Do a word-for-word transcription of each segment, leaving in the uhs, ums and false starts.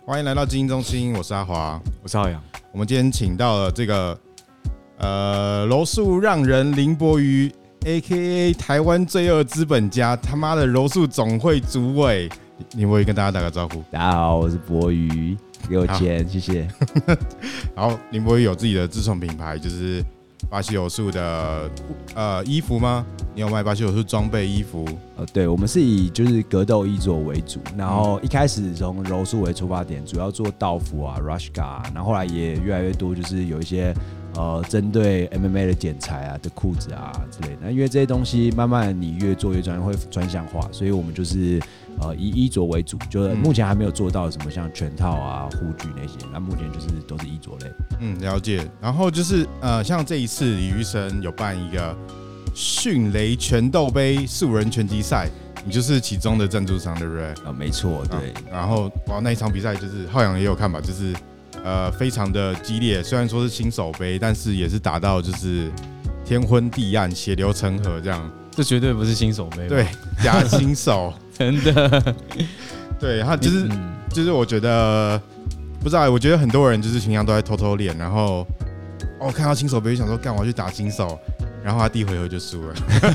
欢迎来到基因中心，我是阿华， 我是浩洋。 我们今天请到了这个呃柔术让人林博瑜 ，A K A 台湾罪恶资本家，他妈的柔术总会主委林博瑜，跟大家打个招呼。 大家好，我是博瑜，给我钱，谢谢。 然后林博瑜有自己的自创品牌，就是巴西柔术的呃衣服吗？你有卖巴西柔术装备衣服？ 呃，对，我们是以就是格斗衣着为主，然后一开始从柔术为出发点，主要做道服啊、Rushka 啊，然后后来也越来越多，就是有一些呃针对 M M A 的剪裁啊的裤子啊之类的。那因为这些东西慢慢你越做越专会专项化，所以我们就是呃以衣着为主，就是目前还没有做到什么像全套啊、护具那些，那目前就是都是衣着类。 嗯，了解。然后就是呃，像这一次李瑜生有办一个迅雷拳斗杯素人拳击赛，你就是其中的赞助商，对不对？ 啊，没错，对。 啊、然后哇，那一场比赛就是浩洋也有看吧，就是呃非常的激烈，虽然说是新手杯，但是也是打到就是天昏地暗、血流成河这样。 这绝对不是新手杯， 对，假新手， 真的。 对，他就是、嗯、就是我觉得不知道，我觉得很多人就是平常都在偷偷练，然后哦看到新手杯就想说干，我要去打新手。然后他第一回合就输了，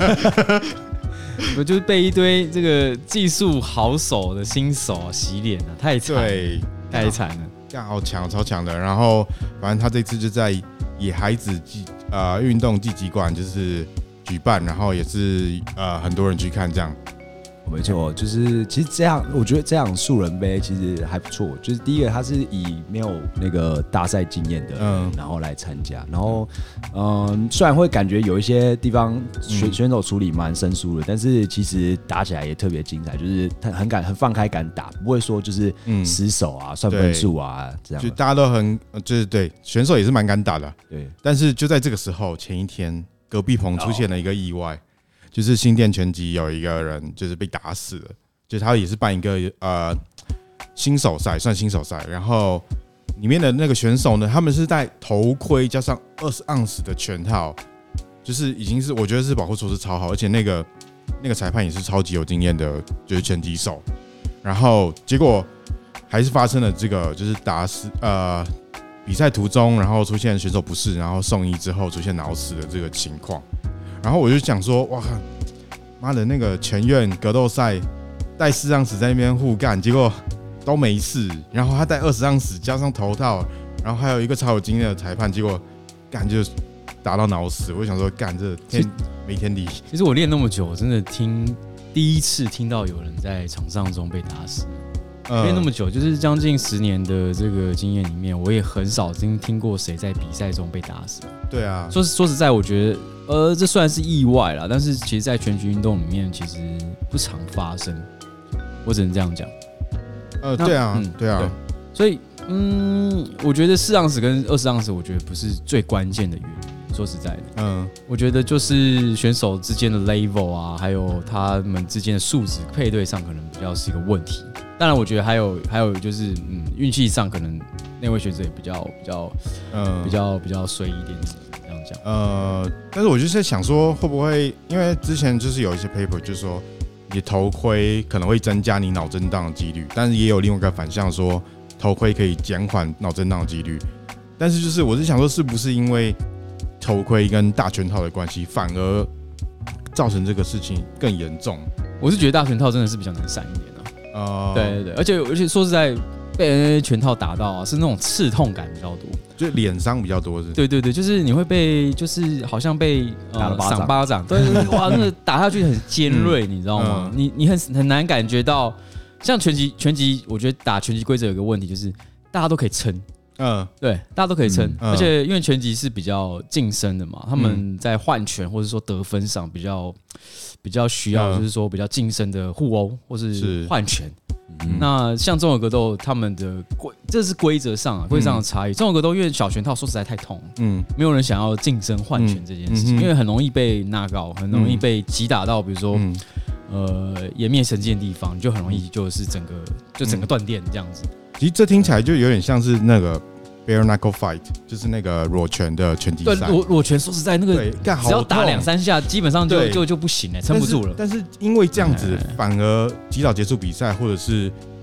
我就是被一堆这个技术好手的新手洗脸了，太惨了，对，太惨了， 干好强，超强的。然后反正他这次就在野孩子呃运动技击馆就是举办，然后也是呃很多人去看这样。 没错，就是其实这样，我觉得这样素人杯其实还不错。就是第一个，他是以没有那个大赛经验的人、嗯，然后来参加。然后，嗯，虽然会感觉有一些地方选选手处理蛮生疏的，但是其实打起来也特别精彩，就是他很敢、很放开敢打，不会说就是死守啊、嗯、算分数啊这样。 就大家都很，就是对选手也是蛮敢打的。对，但是就在这个时候，前一天隔壁棚出现了一个意外。就是新店拳击有一个人就是被打死了，就是他也是办一个呃新手赛，算新手赛，然后里面的那个选手呢，他们是戴头盔加上二十盎司的拳套，就是已经是我觉得是保护措施超好，而且那个那个裁判也是超级有经验的，就是拳击手，然后结果还是发生了这个就是打死呃比赛途中，然后出现选手不适，然后送医之后出现脑死的这个情况。然后我就想说，哇，妈的，那个全院格斗赛带四盎司在那边互干，结果都没事。然后他带二十盎司加上头套，然后还有一个超有经验的裁判，结果干就打到脑死。我就想说，干这天没天理。 其实我练那么久，我真的听第一次听到有人在场上中被打死。练、嗯、那么久，就是将近十年的这个经验里面，我也很少听听过谁在比赛中被打死。 对啊， 说说实在，我觉得，呃，这虽然是意外啦，但是其实，在拳击运动里面，其实不常发生。我只能这样讲。 呃，对啊，嗯、对啊对， 所以，嗯，我觉得四盎司跟二十盎司，我觉得不是最关键的原因。说实在的，嗯，我觉得就是选手之间的 level 啊，还有他们之间的素质配对上，可能比较是一个问题。当然，我觉得还有还有就是，嗯，运气上可能那位选手也比较比较，嗯，比较比较衰一点，这样讲。 呃，但是我就是在想说，会不会因为之前就是有一些 paper 就是说，你头盔可能会增加你脑震荡的几率，但是也有另外一个反向说，头盔可以减缓脑震荡的几率。但是就是我是想说，是不是因为头盔跟大拳套的关系，反而造成这个事情更严重？ 我是觉得大拳套真的是比较难闪一点啊。呃，对对对，而且而且说实在，被人拳套打到啊，是那种刺痛感比较多， 就脸伤比较多是。 对对对，就是你会被，就是好像被打了巴掌，巴掌，对对对，哇，那个打下去很尖锐，嗯、你知道吗？嗯、你你很很难感觉到，像拳击拳击，我觉得打拳击规则有个问题就是大家都可以撑。嗯，对，大家都可以撑、嗯，而且因为拳击是比较近身的嘛，他们在换拳或者说得分上比较比较需要，就是说比较近身的互殴或是换拳。嗯、那像综合格斗，他们的规这是规则上啊，规则上的差异。综合格斗因为小拳套说实在太痛，嗯，没有人想要近身换拳这件事情，嗯、因为很容易被knock out，很容易被击打到，比如说、嗯、呃颜面神经的地方，就很容易就是整个就整个断电这样子。 其实这听起来就有点像是那个 bare knuckle fight， 就是那个裸拳的拳击赛。 对，裸裸拳说实在那个只要打两三下，基本上就就就不行了，撑不住了。 但是因为这样子，反而及早结束比赛，或者是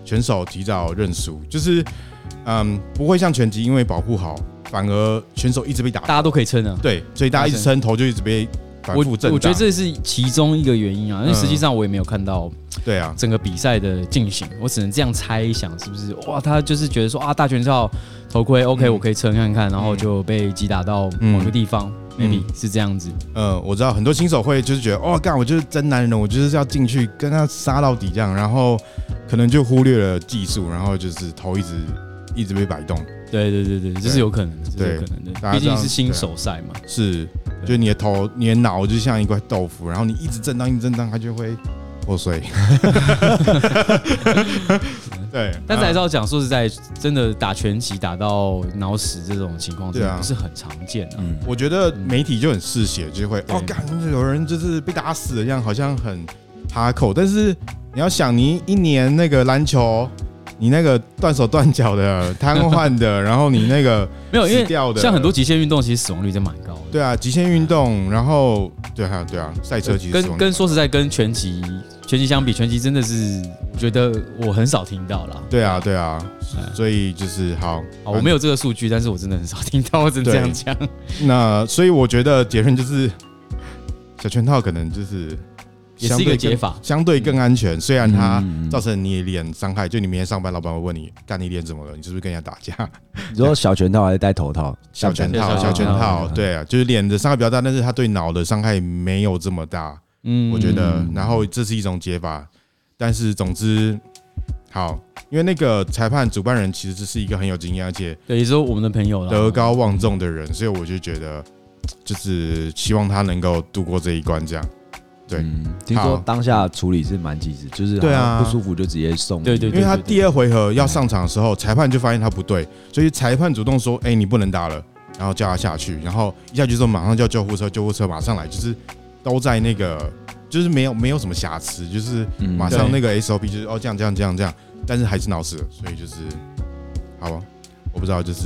选手提早认输，就是嗯不会像拳击因为保护好，反而选手一直被打， 大家都可以撑啊。 对，所以大家一直撑头就一直被反复震荡。 我觉得这是其中一个原因啊，因为实际上我也没有看到。 对啊， 整个比赛的进行，我只能这样猜想，是不是？哇，他就是觉得说啊，大拳套头盔 ，OK，、嗯、我可以撑看看，然后就被击打到某个地方、嗯、，maybe 是这样子。 呃，我知道很多新手会就是觉得，哦，干，我就是真男人，我就是要进去跟他杀到底这样，然后可能就忽略了技术，然后就是头一直一直被摆动。 对对对对，这是有可能的，这是有可能的，毕竟是新手赛嘛。 是，就是你的头、你的脑就像一块豆腐，然后你一直震荡、一直震荡，它就会破碎。对， 但是还是要讲，说实在，真的打拳击打到脑死这种情况，真的不是很常见的、啊。 嗯，我觉得媒体就很嗜血，就会哦，干有人就是被打死了，这样好像很哈扣。但是你要想，你一年那个篮球。你那个断手断脚的、瘫痪的，然后你那个没有，因为像很多极限运动，其实死亡率真蛮高的。 对啊，极限运动，然后对啊，对啊，赛车其实跟跟说实在，跟拳击拳击相比，拳击真的是我觉得我很少听到啦。 对啊，对啊，所以就是好， 好，我没有这个数据，但是我真的很少听到，我只能这样讲。 那所以我觉得结论就是，小拳套可能就是。 也是一个解法， 相对更安全。虽然它造成你脸伤害，就你明天上班，老板会问你，干你脸怎么了？你是不是跟人家打架？ 你说小拳套还是戴头套？ 小拳套，小拳套，对啊，就是脸的伤害比较大，但是它对脑的伤害没有这么大。嗯，我觉得，然后这是一种解法。但是总之，好，因为那个裁判主办人其实是一个很有经验，而且对，也是我们的朋友， 德高望重的人，所以我就觉得，就是希望他能够度过这一关，这样。对、嗯， 听说当下处理是蛮及时，就是对啊，不舒服就直接送。 对对， 因为他第二回合要上场的时候，裁判就发现他不对，所以裁判主动说：“哎、欸，你不能打了。”然后叫他下去，然后一下去之后马上叫救护车，救护车马上来，就是都在那个，就是没有没有什么瑕疵，就是马上那个 S O P 就是、嗯、哦这样这样这样这样，但是还是闹事了，所以就是好吧，我不知道就是。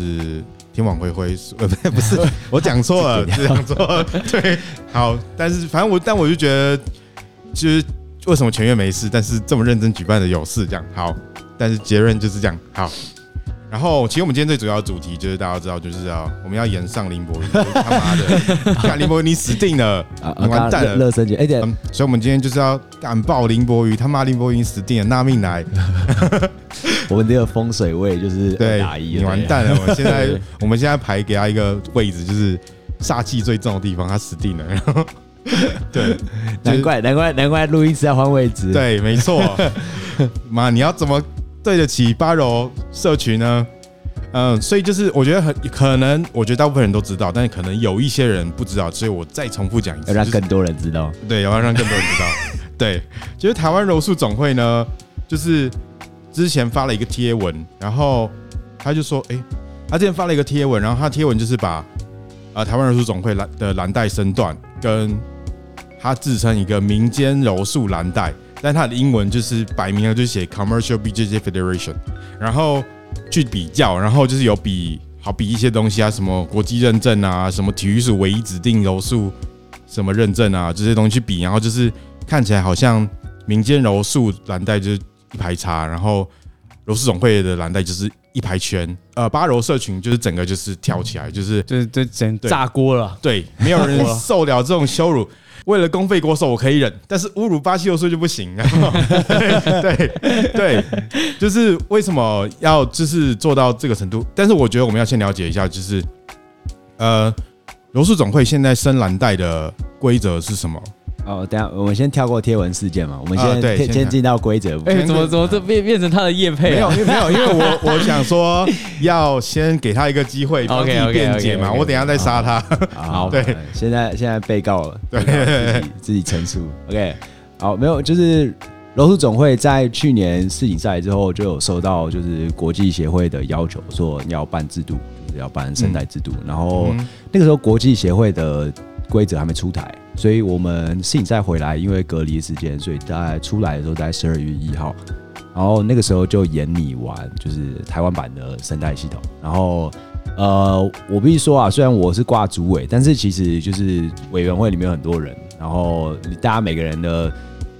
天网恢恢，呃，不是，我讲错了，讲错了，对，好，但是反正我，但我就觉得，就是为什么全院没事，但是这么认真举办的有事，这样好，但是结论就是这样，好。然后，其实我们今天最主要的主题就是大家知道，就是要我们要延上林博宇，他妈的，干林博宇你死定了，你完蛋了， 乐生姐，哎、欸嗯，所以我们今天就是要干爆林博宇，他妈林博宇死定了，拿命来。 我们这个风水位就是二打一， 你完蛋了！我现在我们现在排给他一个位置，就是煞气最重的地方，他死定了。然后，对， 难怪难怪难怪录音师要换位置。 对，没错。妈，你要怎么对得起八柔社群呢？嗯，所以就是我觉得很可能，我觉得大部分人都知道，但是可能有一些人不知道，所以我再重复讲一次， 要让更多人知道。 就是、对，要让更多人知道。对，就是台湾柔术总会呢，就是之前发了一个贴文，然后他就说，哎、欸，他之前发了一个贴文，然后他贴文就是把呃台湾柔术总会的蓝带身段跟他自称一个民间柔术蓝带，但他的英文就是摆明了就写 Commercial B J J Federation， 然后去比较，然后就是有比好比一些东西啊，什么国际认证啊，什么体育署唯一指定柔术什么认证啊，这些东西去比，然后就是看起来好像民间柔术蓝带就是一排叉，然后柔术总会的蓝带就是一排圈，呃，八柔社群就是整个就是跳起来，就是对对，整炸锅了， 对，没有人受了这种羞辱。为了公费国手我可以忍，但是侮辱巴西柔术就不行。对对对，就是为什么要就是做到这个程度？但是我觉得我们要先了解一下，就是呃，柔术总会现在升蓝带的规则是什么？ 哦，等一下我们先跳过贴文事件嘛，我们先、呃、先先进到规则。 哎、欸，怎么怎么这变变成他的业配、啊？ 没有，没有，因为我我想说要先给他一个机会，帮自己辩解嘛。我等一下再杀他。 好，对，现在现在被告了，对，自己自己陈述。OK， 好，没有，就是柔术总会在去年世锦赛之后就有收到就是国际协会的要求，说要办制度，就是要办圣代制度。嗯、然后、嗯、那个时候国际协会的规则还没出台。所以我们世锦赛回来，因为隔离时间，所以大概出来的时候在十二月一号，然后那个时候就研拟完就是台湾版的圣代系统。然后呃，我必须说啊，虽然我是挂主委，但是其实就是委员会里面有很多人，然后大家每个人的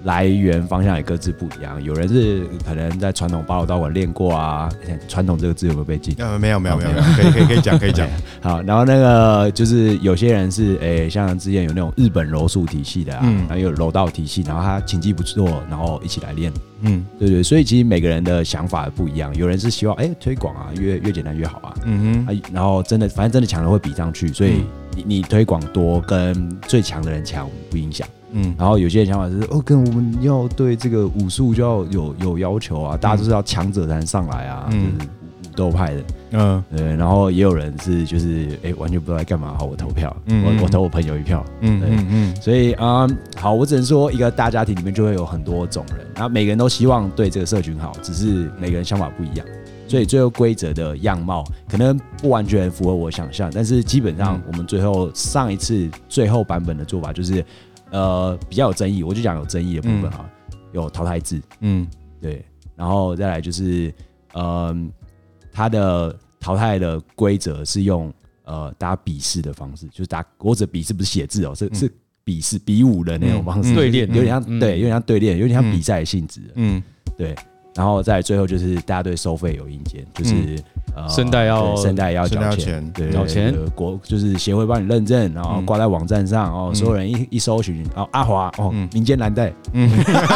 来源方向也各自不一样，有人是可能在传统八楼道馆练过啊，传统这个字有没有被禁？ 呃，没有没有没有没有，可以可以可以讲可以讲。 好，然后那个就是有些人是诶、欸，像之前有那种日本柔术体系的啊，嗯、然后有柔道体系，然后他琴技不错，然后一起来练。嗯，对对，所以其实每个人的想法不一样，有人是希望哎、欸、推广啊，越越简单越好啊。嗯哼，啊、然后真的反正真的强的会比上去，所以你你推广多跟最强的人强不影响。嗯，然后有些人想法是哦，跟我们要对这个武术就要有有要求啊，大家都是要强者才能上来啊，嗯、就是武斗派的，嗯，对。然后也有人是就是哎、欸、完全不知道在干嘛，好，我投票，嗯、我我投我朋友一票，嗯嗯嗯。所以啊、嗯，好，我只能说一个大家庭里面就会有很多种人，然后每个人都希望对这个社群好，只是每个人想法不一样。所以最后规则的样貌可能不完全符合我想象，但是基本上我们最后上一次最后版本的做法就是。呃，比较有争议，我就讲有争议的部分哈，嗯、有淘汰制，嗯，对，然后再来就是，呃，它的淘汰的规则是用呃大家比试的方式，就是大家或者比试不是写字哦，是、嗯、是比试比武的那种方式， 对练、 嗯，有点像、嗯、对，有点像对练，有点像比赛的性质，嗯，对。然后再来最后就是大家对收费有意见，就是、嗯、呃声带要声带要缴钱，对，缴钱，国就是协会帮你认证，然后挂在网站上，哦，所有人一一搜寻，哦，阿华哦，民间蓝带，嗯，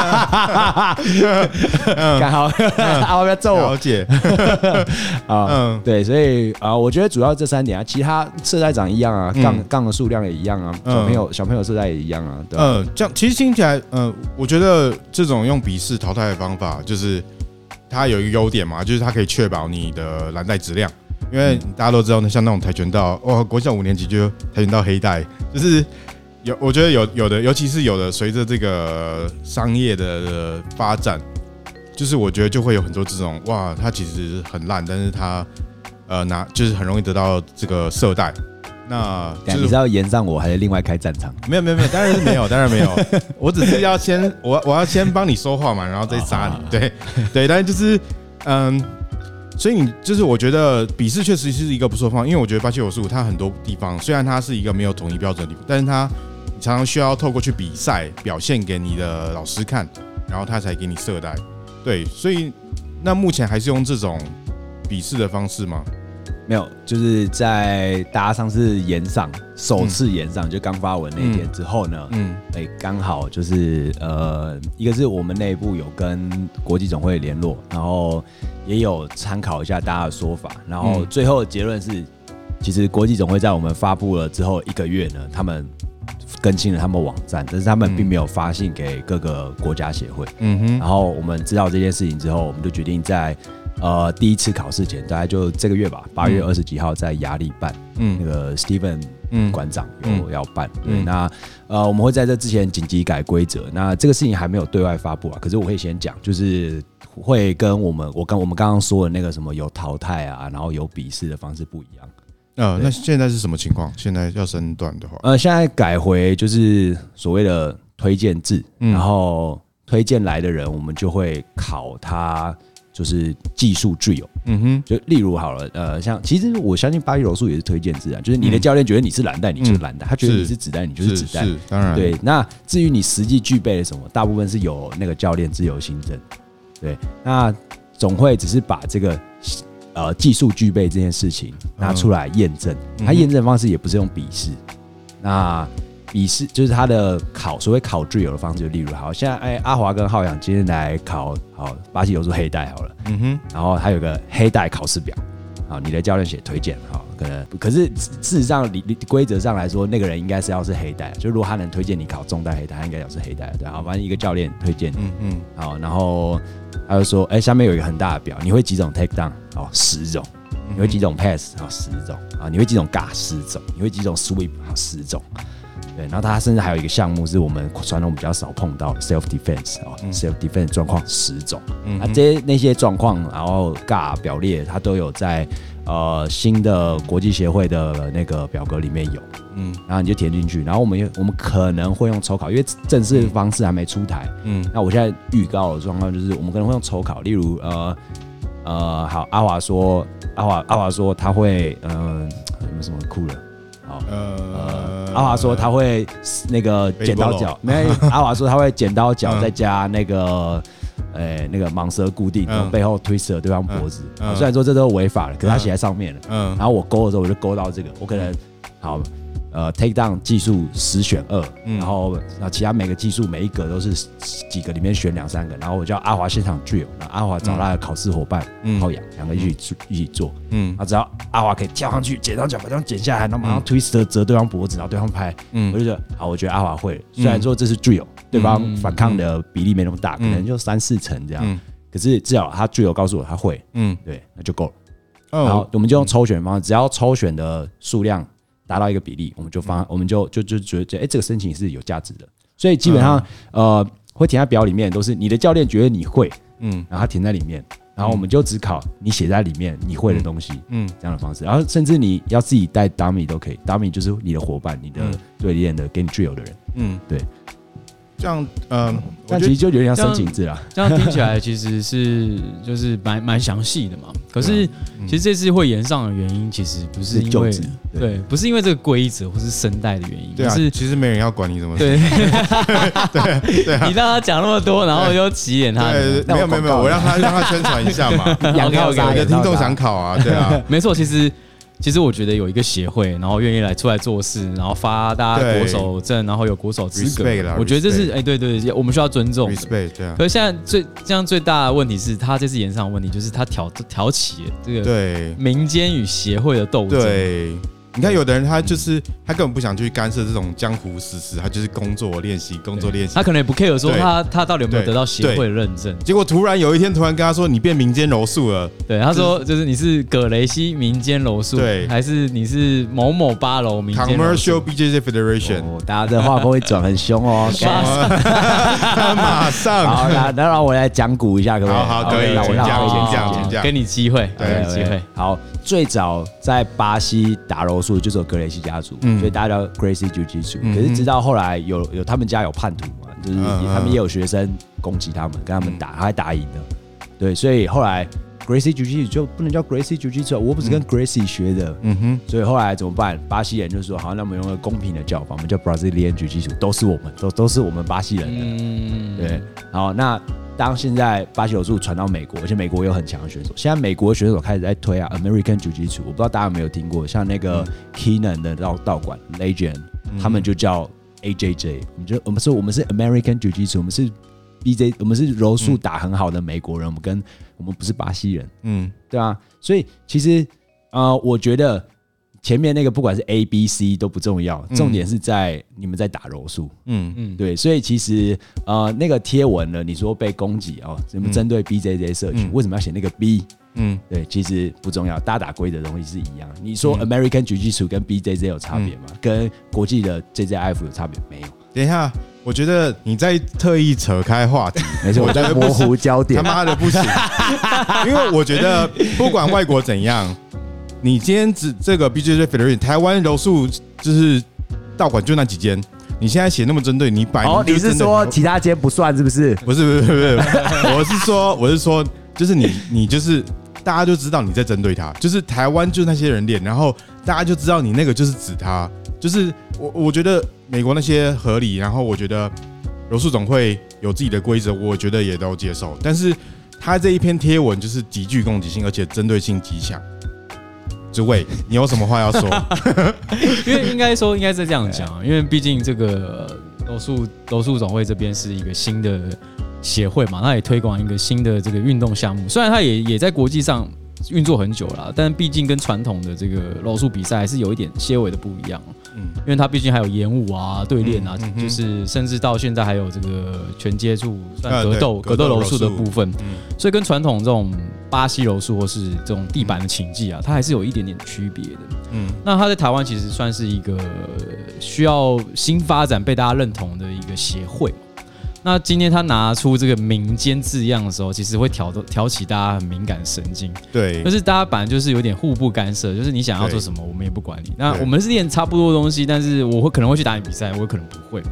刚好阿华不要揍我， 了解啊，对，所以啊，我觉得主要这三点啊，其他色带长一样啊，杠杠的数量也一样啊，小朋友小朋友色带也一样啊，对， 嗯，这样其实听起来，嗯，我觉得这种用笔试淘汰的方法就是。它有一个优点嘛，就是它可以确保你的蓝带质量，因为大家都知道，像那种跆拳道，哇，国小五年级就跆拳道黑带，就是有，我觉得有有的，尤其是有的，随着这个商业的发展，就是我觉得就会有很多这种，哇，它其实很烂，但是它呃拿就是很容易得到这个色带。那、就是、 你是要延上我，还是另外开战场？ 没有没有没有，当然是没有，当然没有。我只是要先，我我要先帮你说话嘛，然后再杀你。对对，但是就是嗯，所以你就是我觉得笔试确实是一个不错的方法，因为我觉得巴西柔术它很多地方虽然它是一个没有统一标准的地方，但是它你常常需要透过去比赛表现给你的老师看，然后他才给你色带。对，所以那目前还是用这种笔试的方式吗？ 没有，就是在大家上次演上首次演上、嗯、就刚发文那天之后呢，嗯，哎、欸，刚好就是呃，一个是我们内部有跟国际总会联络，然后也有参考一下大家的说法，然后最后的结论是，其实国际总会在我们发布了之后一个月呢，他们更新了他们网站，但是他们并没有发信给各个国家协会，嗯哼，然后我们知道这件事情之后，我们就决定在。呃，第一次考试前，大概就这个月吧，八月二十几号在雅里办，嗯，那个 Steven 馆长有要办，嗯、对，那呃，我们会在这之前紧急改规则，那这个事情还没有对外发布啊，可是我可以先讲，就是会跟我们我跟我们刚刚说的那个什么有淘汰啊，然后有笔试的方式不一样。 呃，那现在是什么情况？现在要升段的话， 呃，现在改回就是所谓的推荐制，嗯、然后推荐来的人，我们就会考他。就是技术具有，嗯哼，就例如好了，呃，像其实我相信巴西柔术也是推荐制啊，就是你的教练觉得你是蓝带，你就是蓝带，他觉得你是紫带，你就是紫带， 是当然， 对。那至于你实际具备了什么，大部分是有那个教练自由心证，对。那总会只是把这个呃技术具备这件事情拿出来验证，他验证方式也不是用笔试，那。笔试就是他的考，所谓考具有的方式，就例如好，现在哎，阿华跟浩洋今天来考好巴西柔术黑带好了，嗯哼，然后还有个黑带考试表，好，你的教练写推荐，好，可能可是事实上规则上来说，那个人应该是要是黑带，就如果他能推荐你考中带黑带，他应该要是黑带，对，好，反正一个教练推荐，嗯嗯，好，然后他就说，哎，下面有一个很大的表，你会几种 take down， 好，十种，你会几种 pass， 好，十种，啊，你会几种尬，十种，你会几种 sweep， 好，十种。对，然后他甚至还有一个项目是我们传统比较少碰到的 self defense 哦、嗯、，self defense 状况十种，嗯、啊，这些那些状况，然后尬表列，它都有在呃新的国际协会的那个表格里面有，嗯，然后你就填进去，然后我们我们可能会用抽考，因为正式的方式还没出台，嗯，那我现在预告的状况就是我们可能会用抽考，例如呃呃，好，阿华说阿华阿华说他会，嗯、呃，有没有什么酷的？ 好，呃，阿华说他会那个剪刀脚，没有，阿华说他会剪刀脚再加那个。诶，那个蟒蛇固定，从背后推死对方脖子。虽然说这都违法了，可是他写在上面了。嗯，然后我勾的时候，我就勾到这个，我可能好。呃 ，take down 技术十选二，然后那其他每个技术每一个都是几个里面选两三个，然后我叫阿华现场 drill， 然后阿华找他的考试伙伴浩洋，两个一起一起做，嗯，啊，只要阿华可以跳上去剪刀脚把对方剪下来，然后马上 twist 折对方脖子，然后对方拍，嗯，我就觉得好，我觉得阿华会，虽然说这是 drill， 对方反抗的比例没那么大，可能就三四成这样，可是至少他 drill 告诉我他会，嗯，对，那就够了。然后我们就用抽选方式，只要抽选的数量达到一个比例，我们就发，我们就就就觉得，哎、欸，这个申请是有价值的。所以基本上，嗯、呃，会填在表里面，都是你的教练觉得你会，嗯，然后他填在里面，然后我们就只考你写在里面你会的东西，嗯，这样的方式。然后甚至你要自己带 dummy 都可以 ，dummy 就是你的伙伴，你的对练的给你 drill 的人，嗯，对。 这样，嗯， 但其实就有点像申请制啦。 这样听起来其实是就是蛮蛮详细的嘛。可是其实这次会延上的原因，其实不是因为对，不是因为这个规则或是声带的原因， 对啊， 是其实没人要管你怎么对对对，你让他讲那么多，然后又起眼他， 没有没有没有，我让他让他宣传一下嘛。 养靠啥？ 我的听众想考啊，对啊， 没错，其实。其实我觉得有一个协会，然后愿意来出来做事，然后发大家国手证，然然后有国手资格，我觉得这是哎、欸，对对对，我们需要尊重。 respect， 对啊。 可是现在最这样最大的问题是他这次延上的问题，就是他挑挑起了这个对民间与协会的斗争。 对。你看，有的人他就是他根本不想去干涉这种江湖事实，他就是工作练习，工作练习。 他可能也不 care 说他他到底有没有得到协会的认证。 结果突然有一天，突然跟他说你变民间柔术了。 对，他说就是你是葛雷西民间柔术，对，还是你是某某八楼民间柔术 Commercial B J J Federation。 哦，大家的画风会转很凶哦。 马上。 好，那那让我来讲古一下，可不可以？ 好好，可以，请讲，请讲，请讲， 给你机会，给你机会。 好，最早在巴西打柔术就是有格雷西家族，嗯、所以大家叫 Gracie Jiu-Jitsu、嗯。可是直到后来有有他们家有叛徒嘛，就是他们也有学生攻击他们，跟他们打，他还打赢的。对，所以后来 Gracie Jiu-Jitsu 就不能叫 Gracie Jiu-Jitsu， 我不是跟 Gracie 学的。嗯哼。所以后来怎么办？巴西人就说：好，那我们用个公平的叫法，我们叫 Brazilian Jiu-Jitsu， 都是我们，都都是我们巴西人的。嗯。对，好，那。当现在巴西柔术传到美国，而且美国有很强的选手，现在美国的选手开始在推啊 American Jiu-Jitsu， 我不知道大家有没有听过，像那个 Keenan 的道道馆 Legend，、嗯、他们就叫 A J J， 我们就我们说我们是 American Jiu-Jitsu， 我们是 B J， 我们是柔术打很好的美国人，我们跟我们不是巴西人，嗯，对啊，所以其实呃，我觉得。前面那个不管是 A B、C 都不重要，重点是在你们在打柔术，嗯嗯，对，所以其实呃那个贴文呢，你说被攻击哦，什么针对 B J J 社群，嗯、为什么要写那个 B？ 嗯，对，其实不重要，大家打规则的东西是一样。你说 American Jiu-Jitsu 跟 B J J 有差别吗？嗯、跟国际的 J J F 有差别没有？ 等一下，我觉得你在特意扯开话题， 没错，我在模糊焦点， 他妈的不行，因为我觉得不管外国怎样。你今天只这个 B J J Federation 台湾柔术就是道馆就那几间，你现在写那么针对，你摆哦，你是说其他间不算是不是？ 不是不是不是，我是说我是说，就是你你就是大家就知道你在针对他，就是台湾就那些人练，然后大家就知道你那个就是指他，就是我我觉得美国那些合理，然后我觉得柔术总会有自己的规则，我觉得也都接受，但是他这一篇贴文就是极具攻击性，而且针对性极强。诸位，你有什么话要说？ 因为应该说应该是这样讲，因为毕竟这个柔术柔术总会这边是一个新的协会嘛，它也推广一个新的这个运动项目。虽然它也也在国际上运作很久了，但毕竟跟传统的这个柔术比赛还是有一点些微的不一样。嗯，因为它毕竟还有演武啊、对练啊，嗯、就是甚至到现在还有这个全接触、算格斗、格斗柔术的部分，嗯、所以跟传统这种巴西柔术或是这种地板的擒技啊，它还是有一点点区别的。嗯，那它在台湾其实算是一个需要新发展、被大家认同的一个协会。那今天他拿出这个民间字样的时候，其实会挑挑起大家很敏感的神经。 对， 就是大家本来就是有点互不干涉，就是你想要做什么，我们也不管你。那我们是练差不多的东西，但是我会可能会去打你比赛，我可能不会。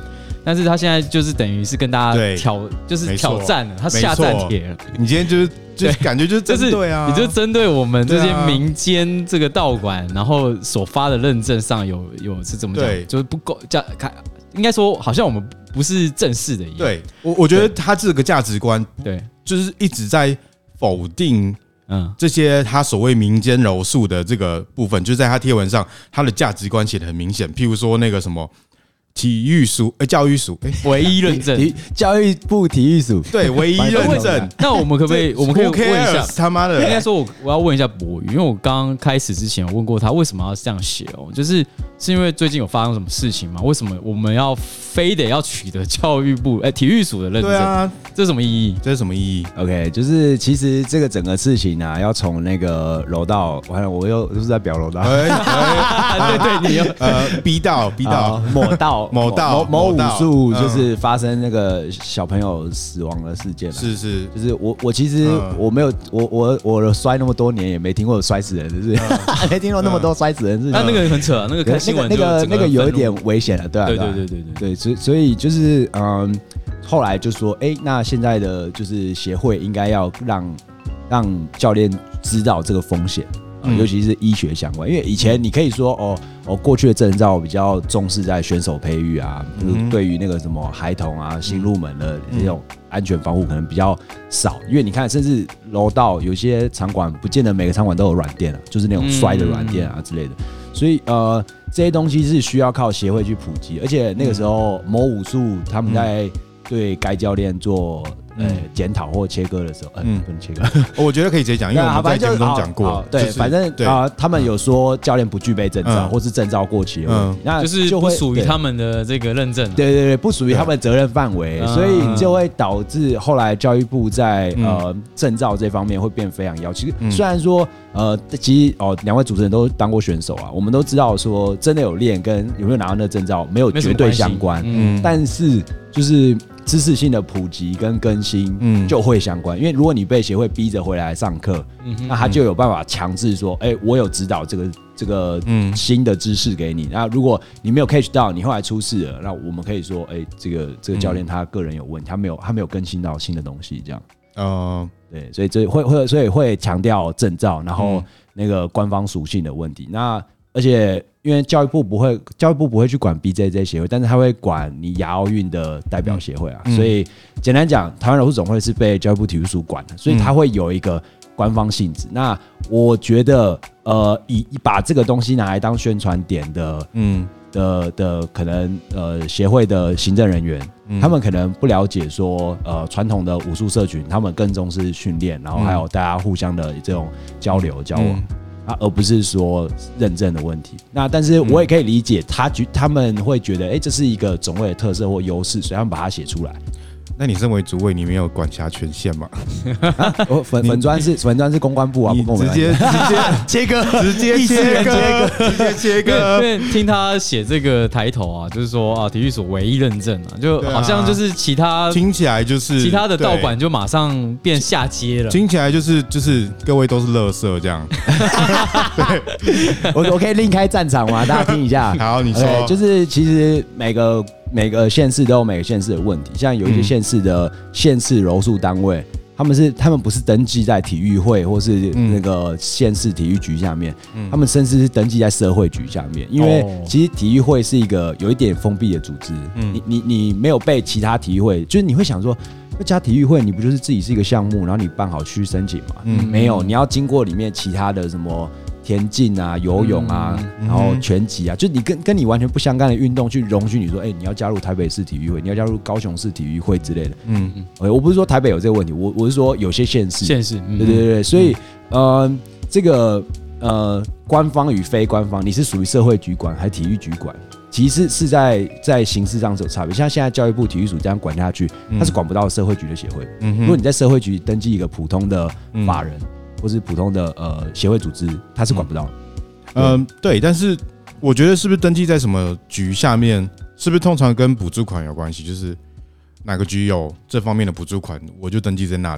但是他现在就是等于是跟大家挑，就是挑战了，他下战帖了。 你今天就是就是感觉就是针对啊， 你就针对我们这些民间这个道馆，然后所发的认证上有有是怎么讲，就是不够价，应该说好像我们不是正式的一样。 对，我我觉得他这个价值观， 对， 就是一直在否定。 嗯， 这些他所谓民间柔术的这个部分，就在他贴文上，他的价值观写得很明显。譬如说那个什么体育署，哎、欸，教育署，哎、 欸，唯一认证， 教育部体育署， 对，唯一认证。 那我们可不可以，我们可以问一下， 他妈的， 应该说我我要问一下博宇，因为我刚刚开始之前我问过他，为什么要这样写哦？就是是因为最近有发生什么事情吗？为什么我们要非得要取得教育部哎、欸、体育署的认证？ 对啊， 这是什么意义？ 这是什么意义 ？OK， 就是其实这个整个事情啊，要从那个柔道，完了我又就是在表柔道， 对对，你又呃逼到逼到某道某道某武术就是发生那个小朋友死亡的事件， 是是， 就是我我其实我没有我我我摔那么多年也没听过有摔死人，是不是？没听过那么多摔死人事情。 那那个很扯啊，那个看新闻那个那个有一点危险了，对啊， 对对对对对对，所以所以就是嗯，后来就说，哎，那现在的就是协会应该要让让教练知道这个风险。尤其是医学相关，因为以前你可以说哦哦，过去的证照比较重视在选手培育啊，嗯、对于那个什么孩童啊、新入门的这种安全防护可能比较少，因为你看，甚至柔道有些场馆不见得每个场馆都有软垫啊，就是那种摔的软垫啊之类的，所以呃这些东西是需要靠协会去普及，而且那个时候某武术他们在对该教练做。呃，检讨或切割的时候，嗯，不能切割， 我觉得可以直接讲，因为我们在节目中讲过， 对，反正啊，他们有说教练不具备证照，或是证照过期的问题， 那就是不属于他们的这个认证， 对对对，不属于他们责任范围，所以就会导致后来教育部在呃证照这方面会变非常要。其实虽然说呃，其实哦，两位主持人都当过选手啊，我们都知道说真的有练跟有没有拿到那证照没有绝对相关，嗯，但是就是知识性的普及跟更新，嗯，就会相关。因为如果你被协会逼着回来上课，嗯，那他就有办法强制说，哎、欸，我有指导这个这个新的知识给你。那如果你没有 catch 到，你后来出事了，那我们可以说，哎、欸，这个这个教练他个人有问题，他没有他没有更新到新的东西，这样。哦，对，所以这会会所以会强调证照，然后那个官方属性的问题。那而且因为教育部不会，教育部不会去管 B J J 协会，但是他会管你亚奥运的代表协会啊。嗯、所以简单讲，台湾柔术总会是被教育部体育署管的，所以它会有一个官方性质。那我觉得，呃，以把这个东西拿来当宣传点的，嗯。的的可能呃协会的行政人员，嗯、他们可能不了解说呃传统的武术社群，他们更重视训练，然后还有大家互相的这种交流交往。嗯啊，而不是说认证的问题。那但是我也可以理解他觉他们会觉得，哎、欸，这是一个总会的特色或优势，所以他们把它写出来。 那你身为主委，你没有管辖权限吗？ 啊、粉粉专是粉专是公关部啊，不跟我们直接直接切割，直接切割，直接切割。 因为听他写这个抬头啊，就是说啊，体育署唯一认证啊，就好像就是其他听起来就是其他的道馆就马上变下街了， 听起来就是就是各位都是垃圾这样。 对，我我可以另开战场吗？大家听一下。 好，你说， okay, 就是其实每个。每个县市都有每个县市的问题，像有一些县市的县市柔术单位，嗯、他们是他们不是登记在体育会或是那个县市体育局下面，嗯、他们甚至是登记在社会局下面，因为其实体育会是一个有一点封闭的组织，嗯、你你你没有被其他体育会，就是你会想说。加体育会，你不就是自己是一个项目，然后你办好去申请嘛？嗯，没有，你要经过里面其他的什么田径啊、游泳啊，嗯、然后拳击啊，就你跟跟你完全不相干的运动去容许你说，哎、欸，你要加入台北市体育会，你要加入高雄市体育会之类的。嗯嗯，我不是说台北有这个问题，我我是说有些县市， 县市， 嗯、对对对，所以呃，这个呃，官方与非官方，你是属于社会局管还是体育局管？其实是在在形式上是有差别，像现在教育部体育署这样管下去，它是管不到社会局的协会。嗯、如果你在社会局登记一个普通的法人，嗯、或是普通的呃协会组织，它是管不到的。 嗯、呃，对，但是我觉得是不是登记在什么局下面，是不是通常跟补助款有关系？就是哪个局有这方面的补助款，我就登记在那里。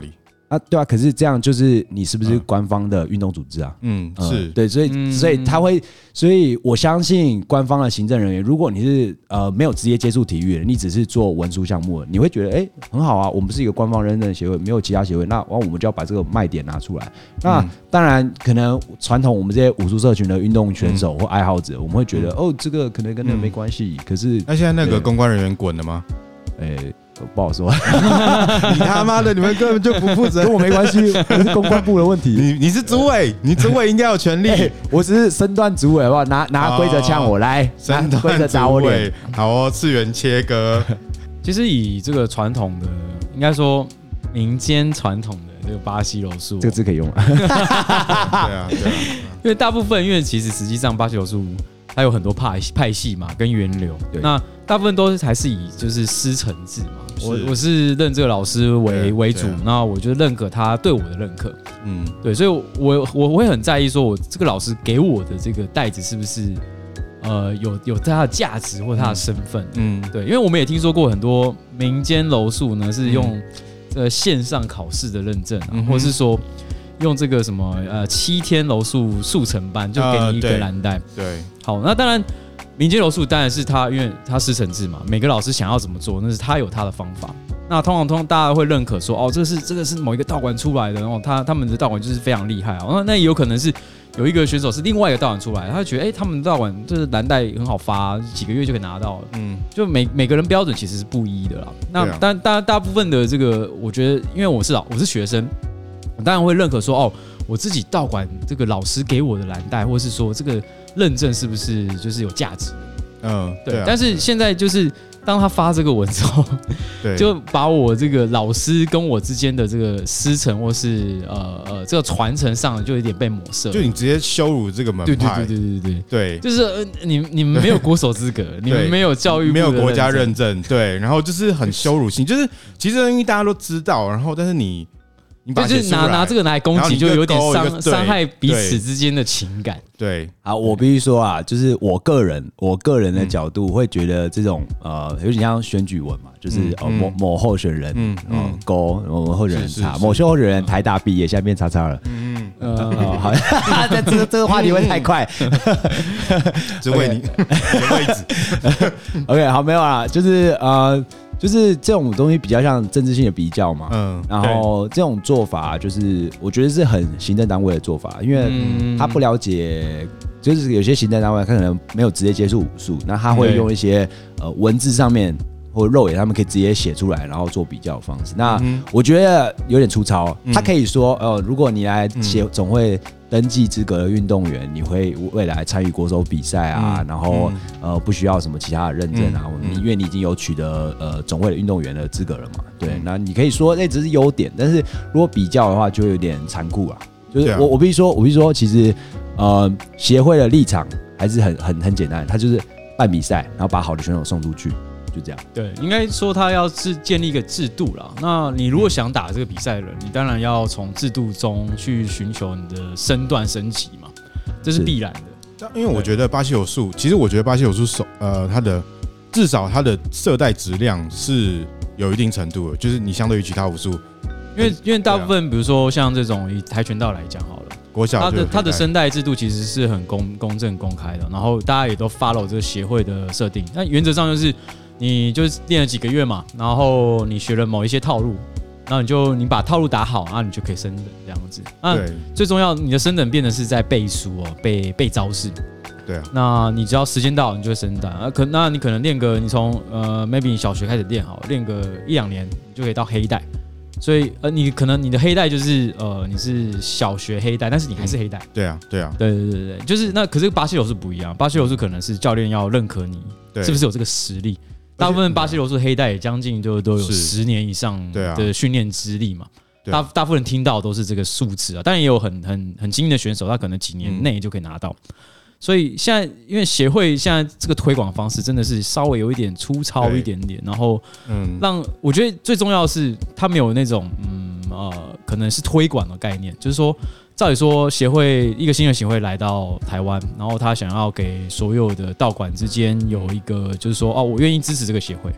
啊，对啊，可是这样就是你是不是官方的运动组织啊？ 嗯，是、 嗯、对，所以、嗯、所以他会，所以我相信官方的行政人员，如果你是呃没有直接接触体育的，你只是做文书项目的，你会觉得哎、欸、很好啊，我们是一个官方认证的协会，没有其他协会，那我们就要把这个卖点拿出来。那、嗯、当然，可能传统我们这些武术社群的运动选手或爱好者，我们会觉得、嗯、哦，这个可能跟那没关系、嗯。可是那现在那个公关人员滚了吗？ 哎。欸不好说， 你他妈的，你们根本就不负责， 跟我没关系，我是公关部的问题。 你你是主委，你主委应该有权利、欸。 我只是身段主委，好不好？拿拿规则呛我来， 身段规则打我脸。好哦，次元切割。 其实以这个传统的，应该说民间传统的这个巴西柔术， 这个字可以用啊。 对啊，对啊。 因为大部分，因为其实实际上巴西柔术它有很多派派系嘛，跟源流。那大部分都是还是以就是师承制嘛。我我是认这个老师为为主，那我就认可他对我的认可，嗯，对，所以我我会很在意说，我这个老师给我的这个袋子是不是呃有有他的价值或他的身份，嗯，对，因为我们也听说过很多民间柔术呢是用这个线上考试的认证啊，嗯、或是说用这个什么呃七天柔术速成班就给你一个蓝带、呃，对，好，那当然。民间柔术当然是他，因为他师承制嘛，每个老师想要怎么做，那是他有他的方法。那通常通常大家会认可说，哦，这是这个是某一个道馆出来的，然后他他们的道馆就是非常厉害啊。那那也有可能是有一个选手是另外一个道馆出来的，他就觉得，哎、欸，他们的道馆就是蓝带很好发，几个月就可以拿到了。嗯，就每每个人标准其实是不一的啦。那当大大部分的这个，我觉得，因为我是老我是学生，我当然会认可说，哦，我自己道馆这个老师给我的蓝带，或是说这个。认证是不是就是有价值？嗯，对。对啊、但是现在就是当他发这个文之后，对，就把我这个老师跟我之间的这个师承或是呃呃这个传承上就有点被抹色， 就你直接羞辱这个门派， 对对对对对对对， 就是、呃、你你们没有国手资格，你们没有教育部没有国家认证，对，然后就是很羞辱性，就是其实因为大家都知道，然后但是你。 就是拿拿这个拿来攻击，就有点伤伤害彼此之间的情感。 对， 好，我必须说啊，就是我个人我个人的角度会觉得这种呃有点像选举文嘛，就是、嗯呃、某某候选人，嗯嗯，勾某候选人叉，某些候选人台大毕业，现在变叉叉了。嗯嗯，呃，好，这这个这个话题会太快， 只为你位置。 OK， 好，没有啦，就是呃。就是这种东西比较像政治性的比较嘛，嗯，然后这种做法就是我觉得是很行政单位的做法，因为他不了解，就是有些行政单位他可能没有直接接触武术，那他会用一些呃文字上面或肉眼他们可以直接写出来，然后做比较的方式。那我觉得有点粗糙，他可以说，呃，如果你来协总会登记资格的运动员，你会未来参与国手比赛啊，嗯、然后、嗯、呃不需要什么其他的认证啊，嗯、你因为你已经有取得呃总会的运动员的资格了嘛，对，嗯、那你可以说那、欸、只是优点，但是如果比较的话，就有点残酷啊。就是我我必须说，我必须说，其实呃协会的立场还是很很很简单，他就是办比赛，然后把好的选手送出去。就这样， 对，应该说他要是建立一个制度啦。那你如果想打这个比赛的人，你当然要从制度中去寻求你的身段升级嘛，这是必然的。 因为我觉得巴西柔术，其实我觉得巴西柔术手呃，它的至少它的色带质量是有一定程度的，就是你相对于其他武术， 因为因为大部分比如说像这种以跆拳道来讲好了。 国小它的它的声带制度其实是很公公正公开的，然后大家也都 follow 这个协会的设定。那原则上就是你就是练了几个月嘛，然后你学了某一些套路，然后你就你把套路打好，然后你就可以升等这样子。那最重要，你的升等变的是在背书哦，背背招式。 对啊。 那你只要时间到，你就会升等。啊，可那你可能练个你从呃 maybe 你小学开始练好，练个一两年，你就可以到黑带。所以呃，你可能你的黑带就是呃，你是小学黑带，但是你还是黑带。 对啊，对啊， 对对对对，就是那可是巴西柔术不一样，巴西柔术可能是教练要认可你是不是有这个实力。大部分巴西柔术黑带也将近就都有十年以上的训练资历嘛。大大部分人听到都是这个数字啊，当然也有很很很精英的选手，他可能几年内就可以拿到。所以现在，因为协会现在这个推广方式真的是稍微有一点粗糙一点点，然后，嗯，让我觉得最重要的是，他没有那种，嗯呃，可能是推广的概念，就是说，照理说，协会一个新的协会来到台湾，然后他想要给所有的道馆之间有一个，就是说，哦，我愿意支持这个协会，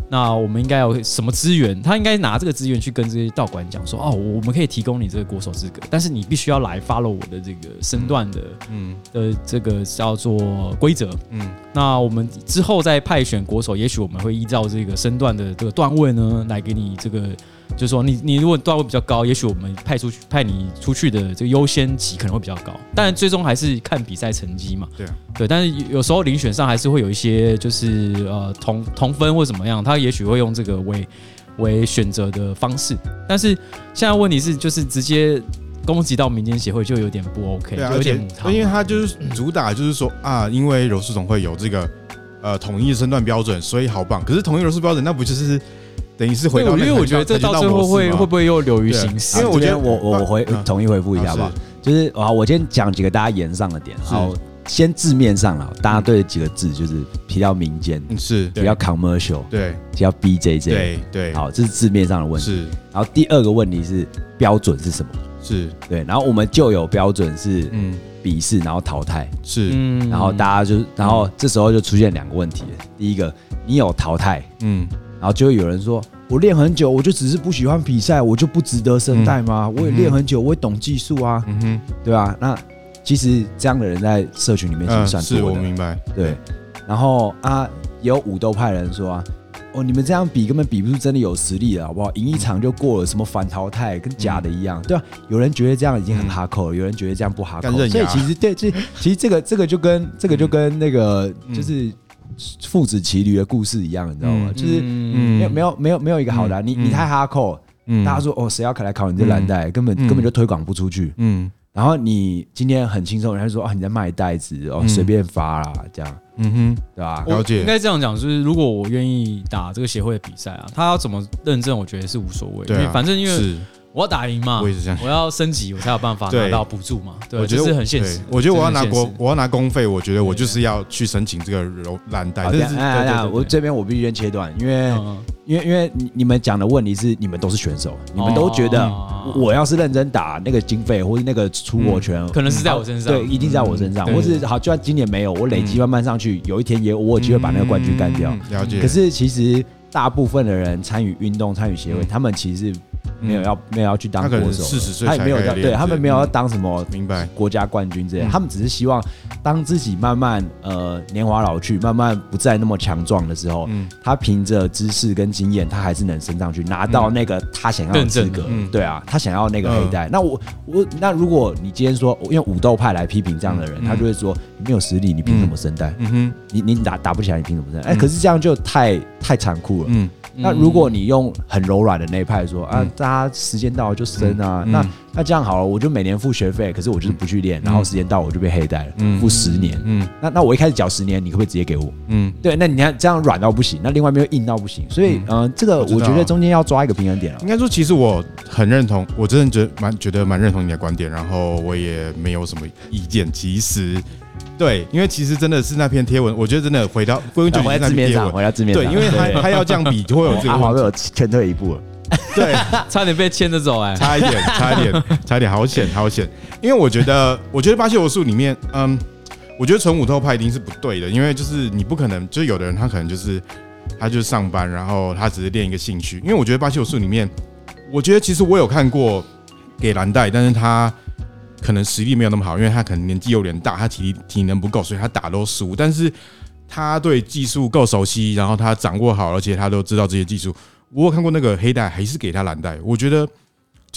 那我们应该有什么资源？他应该拿这个资源去跟这些道馆讲说，哦，我们可以提供你这个国手资格，但是你必须要来 follow 我的这个身段的，嗯，的这个叫做规则，嗯，那我们之后再派选国手，也许我们会依照这个身段的这个段位呢，来给你这个。就是说你，你如果段位比较高，也许我们派出去派你出去的这个优先级可能会比较高，但最终还是看比赛成绩嘛。 对啊，对， 但是有时候遴选上还是会有一些就是呃同同分或怎么样，他也许会用这个为为选择的方式。但是现在问题是，就是直接攻击到民间协会就有点不 OK， 对啊， 就有点母汤， 因为他就是主打就是说啊，因为柔术总会有这个呃统一的身段标准，所以好棒。可是统一柔术标准，那不就是？等于是回到， 因为我觉得这到最后会会不会又流于形式？ 因为我觉得我我我回统一回复一下吧，就是啊，我先讲几个大家言上的点，好，先字面上了，大家对几个字就是提到民间， 是提到 commercial， 对， 提到 B J J， 对对， 好，这是字面上的问题。 是， 然后第二个问题是标准是什么？ 是对，然后我们就有标准是嗯笔试，然后淘汰是， 嗯，然后大家就，然后这时候就出现两个问题，第一个你有淘汰，嗯。然后就会有人说，我练很久，我就只是不喜欢比赛，我就不值得升代吗？嗯、我也练很久，我也懂技术啊，嗯哼，对吧？那其实这样的人在社群里面其实算多的， 是我明白。 对，然后啊，也有武斗派的人说啊，哦，你们这样比根本比不出真的有实力了，好不好？赢一场就过了，什么反淘汰跟假的一样，对吧？有人觉得这样已经很哈扣了，有人觉得这样不哈扣，所以其实对，这其实这个这个就跟这个就跟那个就是。父子骑驴的故事一样，你知道吗？嗯、就是没有没有没有没有一个好的、啊，你你太哈扣，大家说哦，谁要来考你这蓝带，根本根本就推广不出去。嗯，然后你今天很轻松，人家说啊你在卖袋子哦，随便发啦这样。嗯哼，对吧？ 了解。 应该这样讲，就是如果我愿意打这个协会的比赛啊，他要怎么认证，我觉得是无所谓，因为反正因为。我要打赢嘛，我也是这样。我要升级，我才有办法拿到补助嘛。对，我觉得是很现实。 我觉得我要拿国，我要拿公费，我觉得我就是要去申请这个蓝带。 对对对，我这边我必须先切断，因为因为因为你们讲的问题是你们都是选手，你们都觉得我要是认真打，那个经费或是那个出国权， 可能是在我身上， 对，一定在我身上。或是好，就算今年没有，我累积慢慢上去，有一天也我有机会把那个冠军干掉。 了解。 可是其实大部分的人参与运动、参与协会，他们其实。没有要没有要去当国手， 四十岁他也没有要，对他们没有要当什么明白国家冠军之类，他们只是希望当自己慢慢呃年华老去，慢慢不再那么强壮的时候，他凭着知识跟经验，他还是能升上去，拿到那个他想要的资格。对啊，他想要那个黑带。那我我那如果你今天说，因为武斗派来批评这样的人，他就会说你没有实力，你凭什么升带？你你打打不起来，你凭什么升带？哎，可是这样就太太残酷了。嗯。那如果你用很柔软的那一派说啊，大家时间到了就升啊，那那这样好了，我就每年付学费，可是我就是不去练，然后时间到我就被黑带了，付十年，嗯，那那我一开始缴十年，你可不可以直接给我？嗯，对，那你看这样软到不行，那另外一边又硬到不行，所以呃，这个我觉得中间要抓一个平衡点了。 应该说，其实我很认同，我真的觉得蛮觉得蛮认同你的观点，然后我也没有什么意见。其实。对，因为其实真的是那篇贴文，我觉得真的回到归根究底是那篇贴文， 回到字面上， 对，因为他他要这样比，就会有这个。 阿华被我劝退一步了， 对， 差点被牵着走哎， 差一点，差一点，差一点，好险，好险！因为我觉得，我觉得巴西柔术里面，嗯，我觉得纯武斗派一定是不对的，因为就是你不可能，就是有的人他可能就是他就是上班，然后他只是练一个兴趣，因为我觉得巴西柔术里面，我觉得其实我有看过给蓝带，但是他。可能实力没有那么好，因为他可能年纪有点大，他体力体能不够，所以他打都输。但是他对技术够熟悉，然后他掌握好，而且他都知道这些技术。我有看过那个黑带，还是给他蓝带。我觉得就是，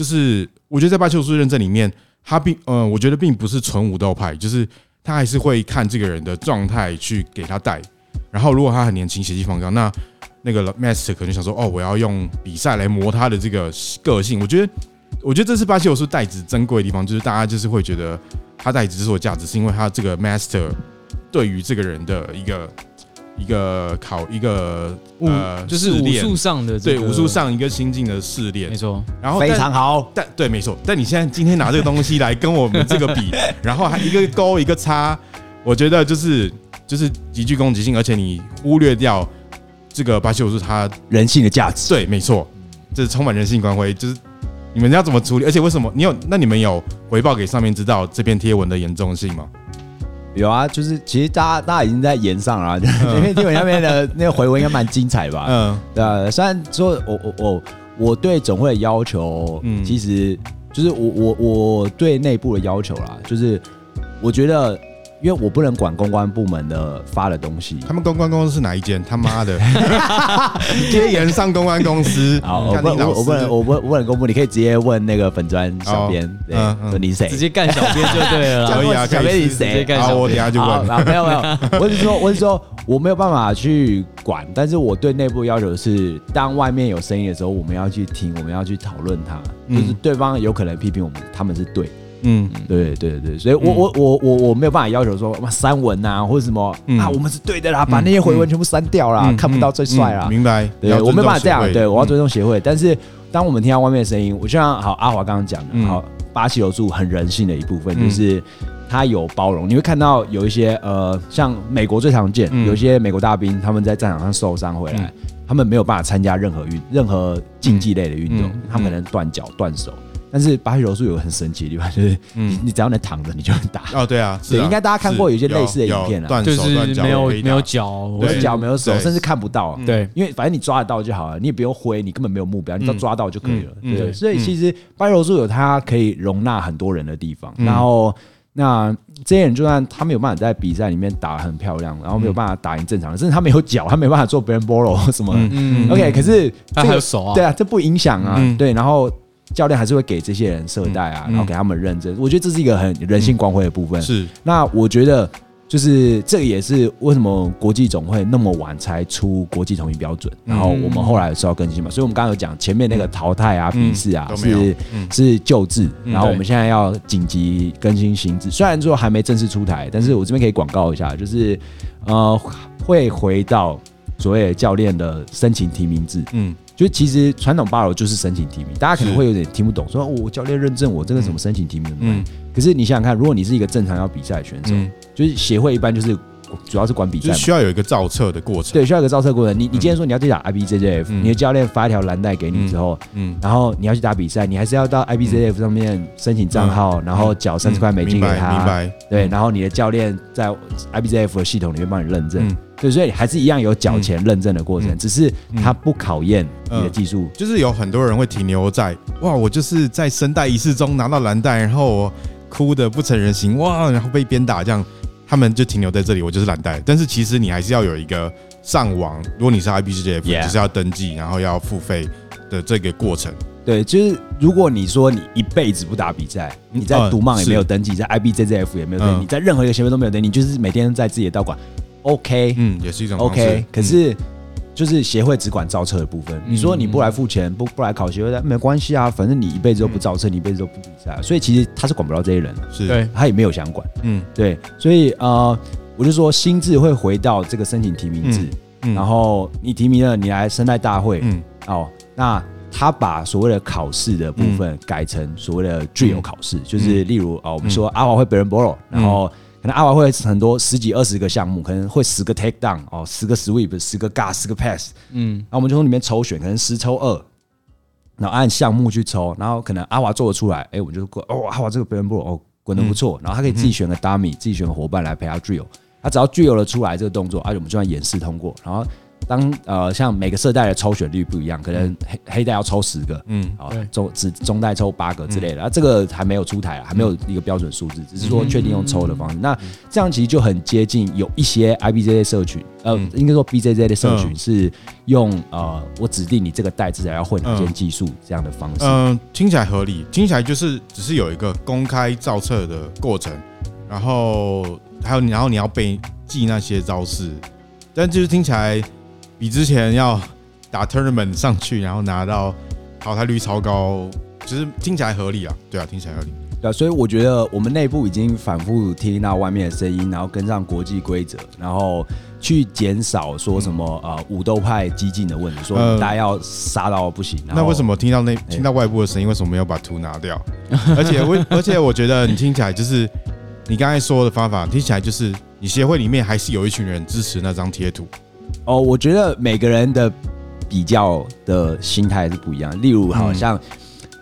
我觉得在巴西柔术认证里面，他并呃，我觉得并不是纯武斗派，就是他还是会看这个人的状态去给他带。然后如果他很年轻，血气方刚，那那个 master 可能想说，哦，我要用比赛来磨他的这个个性。我觉得。我觉得这是巴西柔术带子珍贵的地方，就是大家就是会觉得他带子之所以价值，是因为他这个 master 对于这个人的一个一个考一个呃， 就是武术上的对武术上一个心境的试炼， 没错。 然后非常好， 但对没错。但你现在今天拿这个东西来跟我们这个比，然后还一个勾一个叉，我觉得就是就是极具攻击性，而且你忽略掉这个巴西柔术它人性的价值。 对，没错，这是充满人性光辉，就是。你们要怎么处理？而且为什么你有？那你们有回报给上面知道这篇贴文的严重性吗？因有啊，就是其实大家大家已经在演上了、啊，因为听闻下面的那个回文应该蛮精彩吧？嗯，对啊。虽然说我我我我对总会的要求，嗯，其实就是我我我对内部的要求啦，就是我觉得。因为我不能管公关部门的发的东西， 他们公关公司是哪一间？他妈的，接言上公关公司。 好，我不我不能我不我不能公布，你可以直接问那个粉专小编，对，说你谁？ 直接干小编就对了。 可以啊， 小编你谁？ 好，我等下就问。 没有没有，我是说我是说我没有办法去管，但是我对内部要求是，当外面有声音的时候，我们要去听，我们要去讨论它，就是对方有可能批评我们，他们是对。嗯，对对对，所以我我我我我没有办法要求说删文啊或者什么啊，我们是对的啦，把那些回文全部删掉啦，看不到最帅啦。 明白？ 对，我没办法这样，对我要尊重协会。但是当我们听到外面的声音，我就像好阿华刚刚讲的，好巴西柔术很人性的一部分，就是他有包容。你会看到有一些呃，像美国最常见，有一些美国大兵他们在战场上受伤回来，他们没有办法参加任何运任何竞技类的运动，他们可能断脚断手。但是巴西柔术有个很神奇的地方，就是你你只要能躺着，你就能打。 哦，对啊， 对，应该大家看过有一些类似的影片啊， 就是没有没有脚， 没有脚没有手，甚至看不到。 对， 因为反正你抓得到就好了，你也不用挥，你根本没有目标，你只要抓到就可以了。对，所以其实巴西柔术有它可以容纳很多人的地方。然后那这些人就算他没有办法在比赛里面打得很漂亮，然后没有办法打赢正常人，甚至他没有脚，他没有办法做别人 bolo 什么的。OK， 可是他还有手啊， 对啊，这不影响啊。对，然后。教练还是会给这些人色带啊，然后给他们认证。我觉得这是一个很人性光辉的部分。 是， 那我觉得就是这个也是为什么国际总会那么晚才出国际统一标准，然后我们后来是要更新嘛。所以我们刚刚有讲前面那个淘汰啊、笔试啊是是旧制，然后我们现在要紧急更新新制。虽然说还没正式出台，但是我这边可以广告一下，就是呃会回到所谓的教练的申请提名制。嗯。就其实传统巴柔就是申请提名，大家可能会有点听不懂，说我、哦、教练认证我这个怎么申请提名的、嗯？可是你想想看，如果你是一个正常要比赛的选手，嗯、就是协会一般就是主要是管比赛， 就是需要有一个造册的过程。 对，需要有一个造册过程。你你今天说你要去打 I B J J F，、嗯、你的教练发一条蓝带给你之后，嗯，然后你要去打比赛，你还是要到 I B J J F 上面申请账号，嗯、然后缴三十块美金给他， 明白？ 对，然后你的教练在 I B J J F 的系统里面帮你认证。嗯对，所以还是一样有缴钱认证的过程，嗯、只是它不考验你的技术、嗯。 就是有很多人会停留在哇，我就是在升带仪式中拿到蓝带，然后我哭得不成人形，哇，然后被鞭打这样，他们就停留在这里，我就是蓝带。但是其实你还是要有一个上网，如果你是 I B J J F， 就是要登记，然后要付费的这个过程。 对，就是如果你说你一辈子不打比赛，你在独棒也没有登记，在 I B J J F 也没有登记，你在任何一个协会都没有登记，你就是每天在自己的道馆。OK， 嗯，也是一种方式 OK， 可是就是协会只管造册的部分。嗯、你说你不来付钱，不不来考协会，没关系啊，反正你一辈子都不造册，你一辈子都不比赛，所以其实他是管不到这些人， 是， 对， 他也没有想管，嗯，对，所以呃，我就说新制会回到这个申请提名制，嗯嗯、然后你提名了，你来生态大会，嗯，哦，那他把所谓的考试的部分改成所谓的具有考试，嗯、就是例如哦，我们说阿华会北人 bolo， 然后。可能阿华会很多十几二十个项目，可能会十个 take down 哦，十个 sweep， 十个 guard， 十个 pass， 嗯，然后我们就从里面抽选，可能十抽二，然后按项目去抽，然后可能阿华做得出来，哎、欸，我们就过哦，阿华这个 b a n b 哦滚得不错，嗯、然后他可以自己选个 dummy，、嗯、自己选个伙伴来陪他 drill， 他只要 drill 了出来这个动作，而、啊、且我们就算演示通过，然后。当呃像每个色带的抽选率不一样，可能黑黑带要抽十个，嗯，好，中只中带抽八个之类的，啊，这个还没有出台啊，还没有一个标准数字，只是说确定用抽的方式。那这样其实就很接近有一些 I B J J 社群，呃，应该说 B J J 的社群是用呃我指定你这个带至少要会哪件技术这样的方式。 嗯，听起来合理，听起来就是只是有一个公开造册的过程，然后还有然后你要背记那些招式，但就是听起来。比之前要打 tournament 上去，然后拿到淘汰率超高，就是听起来合理啊，对啊，听起来合理。 对啊，所以我觉得我们内部已经反复听到外面的声音，然后跟上国际规则，然后去减少说什么呃武斗派激进的问题，说大家要杀到不行。 那为什么听到那听到外部的声音，为什么没有把图拿掉？而且我而且我觉得你听起来就是你刚才说的方法，听起来就是你协会里面还是有一群人支持那张贴图。 哦，我觉得每个人的比较的心态是不一样。例如，好像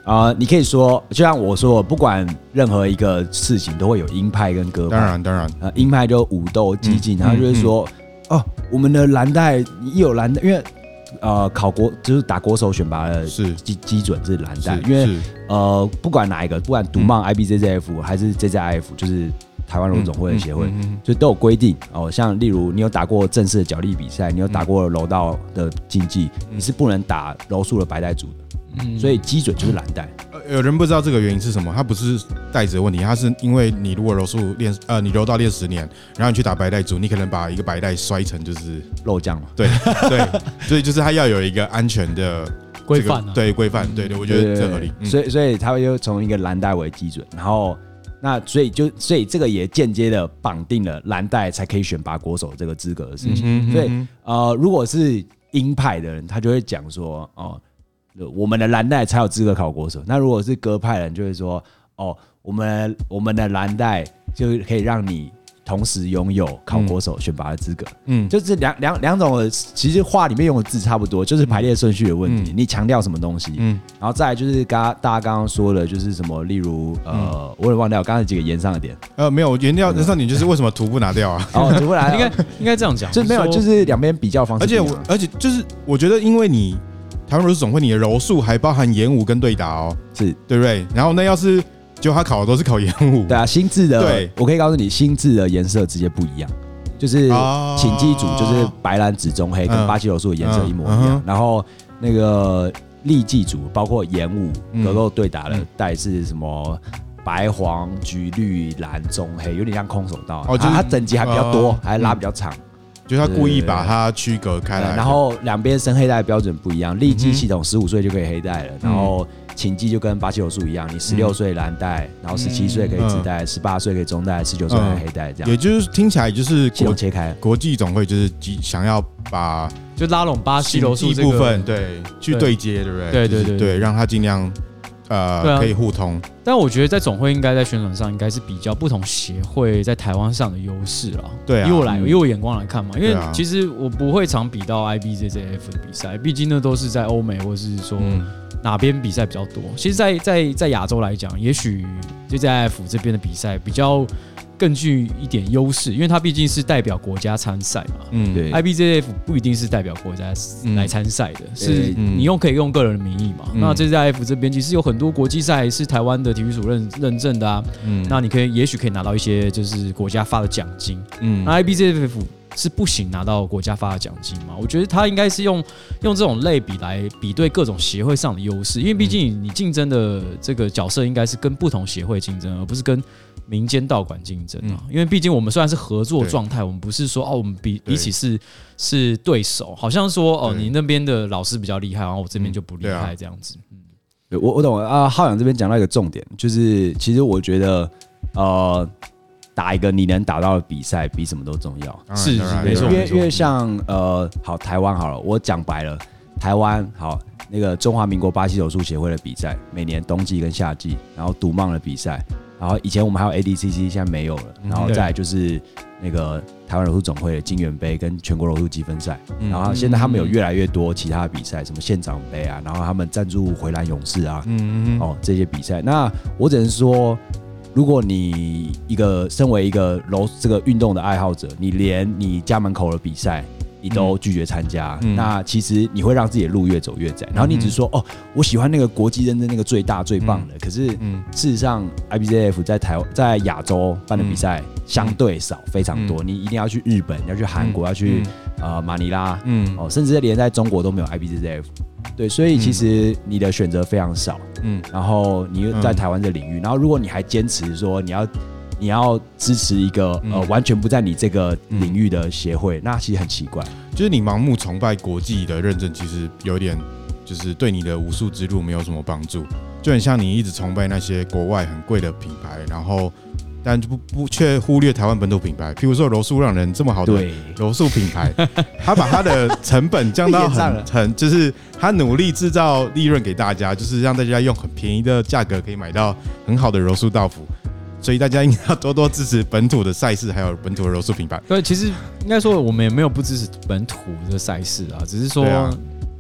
啊、呃，你可以说，就像我说，不管任何一个事情都会有鹰派跟鸽派。 当然，当然， 呃，鹰派就武斗激进，然后就是说，嗯嗯、哦，我们的蓝带一有蓝带，因为呃，考国就是打国手选拔的基基准是蓝带，因为呃，不管哪一个，不管独棒 I B J J F 还是 J J I F， 就是台湾柔术总会的协会，就都有规定哦。像例如你有打过正式的角力比赛，你有打过柔道的竞技，你是不能打柔术的白带组的。嗯、所以基准就是蓝带。 有人不知道这个原因是什么，它不是带子的问题，它是因为你如果柔术练呃你柔道练十年，然后你去打白带组，你可能把一个白带摔成就是肉酱嘛。 对对，所以就是它要有一个安全的规范、啊， 对规范，对对，我觉得这合理。 嗯、所以所以它会从一个蓝带为基准，然后那所以就所以这个也间接的绑定了蓝带才可以选拔国手这个资格的事情。嗯、所以呃，如果是鹰派的人，他就会讲说哦。我们的蓝带才有资格考国手。那如果是鸽派人，就会说，哦，我们我们的蓝带就可以让你同时拥有考国手选拔的资格。嗯，就是两两两种的，其实话里面用的字差不多，就是排列顺序的问题。嗯、你强调什么东西？嗯，然后再来就是刚大家刚刚说的，就是什么，例如呃，嗯、我也忘掉刚才几个延上的点。 呃，没有延掉延上点，就是为什么图不拿掉啊？ 哦，图不拿掉， 应该应该这样讲， 就没有，就是两边比较方式。 而且我而且就是我觉得，因为你。台湾柔术总会，你的柔术还包含演武跟对打哦， 是对不对？然后那要是就他考的都是考演武， 对啊，新制的，对，我可以告诉你，新制的颜色直接不一样，就是请基组就是白蓝紫中黑，跟巴西柔术的颜色一模一样。嗯、然后那个立技组包括演武、格斗对打的带是什么？白黄橘绿蓝中黑，有点像空手道，哦，就是它等级还比较多，呃、还拉比较长。嗯就是他故意把它区隔开来， 然后两边升黑带的标准不一样。立技系统十五岁就可以黑带了，然后请技就跟巴西柔术一样，你十六岁蓝带，然后十七岁可以紫带，十八岁可以中带，十九岁可以黑带，这样。 也就是听起来就是国切开， 国际总会就是想要把就拉拢巴西柔术这部分对去对接，对不对？ 对对对对，让他尽量。呃，可以互通， 但我觉得在总会应该在宣传上应该是比较不同协会在台湾上的优势啦。 对啊， 以我来，以我眼光来看嘛，因为其实我不会常比到 I B J J F 的比赛，毕竟那都是在欧美或是说哪边比赛比较多。其实在，在在在亚洲来讲，也许 J J F 这边的比赛比较更具一点优势，因为它毕竟是代表国家参赛嘛。嗯，对 ，I B J F 不一定是代表国家来参赛的，嗯、是你用可以用个人的名义嘛。嗯、那 J J F 这边其实有很多国际赛是台湾的体育署认认证的啊。嗯，那你可以也许可以拿到一些就是国家发的奖金。嗯，那 I B J J F 是不行拿到国家发的奖金嘛？我觉得他应该是用用这种类比来比对各种协会上的优势，因为毕竟你竞争的这个角色应该是跟不同协会竞争，而不是跟民间道馆竞争啊。因为毕竟我们虽然是合作状态，我们不是说哦，我们比比起是是对手，好像说哦，你那边的老师比较厉害，然后我这边就不厉害这样子。 嗯，我我懂了啊。浩洋这边讲到一个重点，就是其实我觉得呃。打一个你能打到的比赛比什么都重要， 是没错， 因为因为像呃好台湾好了，我讲白了，台湾好那个中华民国巴西柔术协会的比赛，每年冬季跟夏季，然后独棒的比赛，然后以前我们还有 A D C C， 现在没有了，然后再来就是那个台湾柔术总会的金元杯跟全国柔术积分赛，然后现在他们有越来越多其他的比赛，什么县长杯啊，然后他们赞助回蓝勇士啊，哦这些比赛，那我只能说。如果你一个身为一个柔这个运动的爱好者，你连你家门口的比赛你都拒绝参加，嗯、那其实你会让自己的路越走越窄。然后你只说、嗯、哦，我喜欢那个国际认证那个最大最棒的，嗯、可是事实上 I B J F 在台在亚洲办的比赛相对少，非常多。嗯、你一定要去日本，要去韩国，嗯、要去呃马尼拉，嗯，哦，甚至连在中国都没有 I B J J F。对，所以其实你的选择非常少，嗯，然后你在台湾这领域，然后如果你还坚持说你要你要支持一个、嗯、呃完全不在你这个领域的协会，嗯、那其实很奇怪， 就是你盲目崇拜国际的认证，其实有点就是对你的武术之路没有什么帮助，就很像你一直崇拜那些国外很贵的品牌，然后。但不不却忽略台湾本土品牌，譬如说柔术让人这么好的柔术品牌，他把他的成本降到很很，就是他努力制造利润给大家，就是让大家用很便宜的价格可以买到很好的柔术道服，所以大家应该要多多支持本土的赛事，还有本土的柔术品牌。 对，其实应该说我们也没有不支持本土的赛事啊，只是说。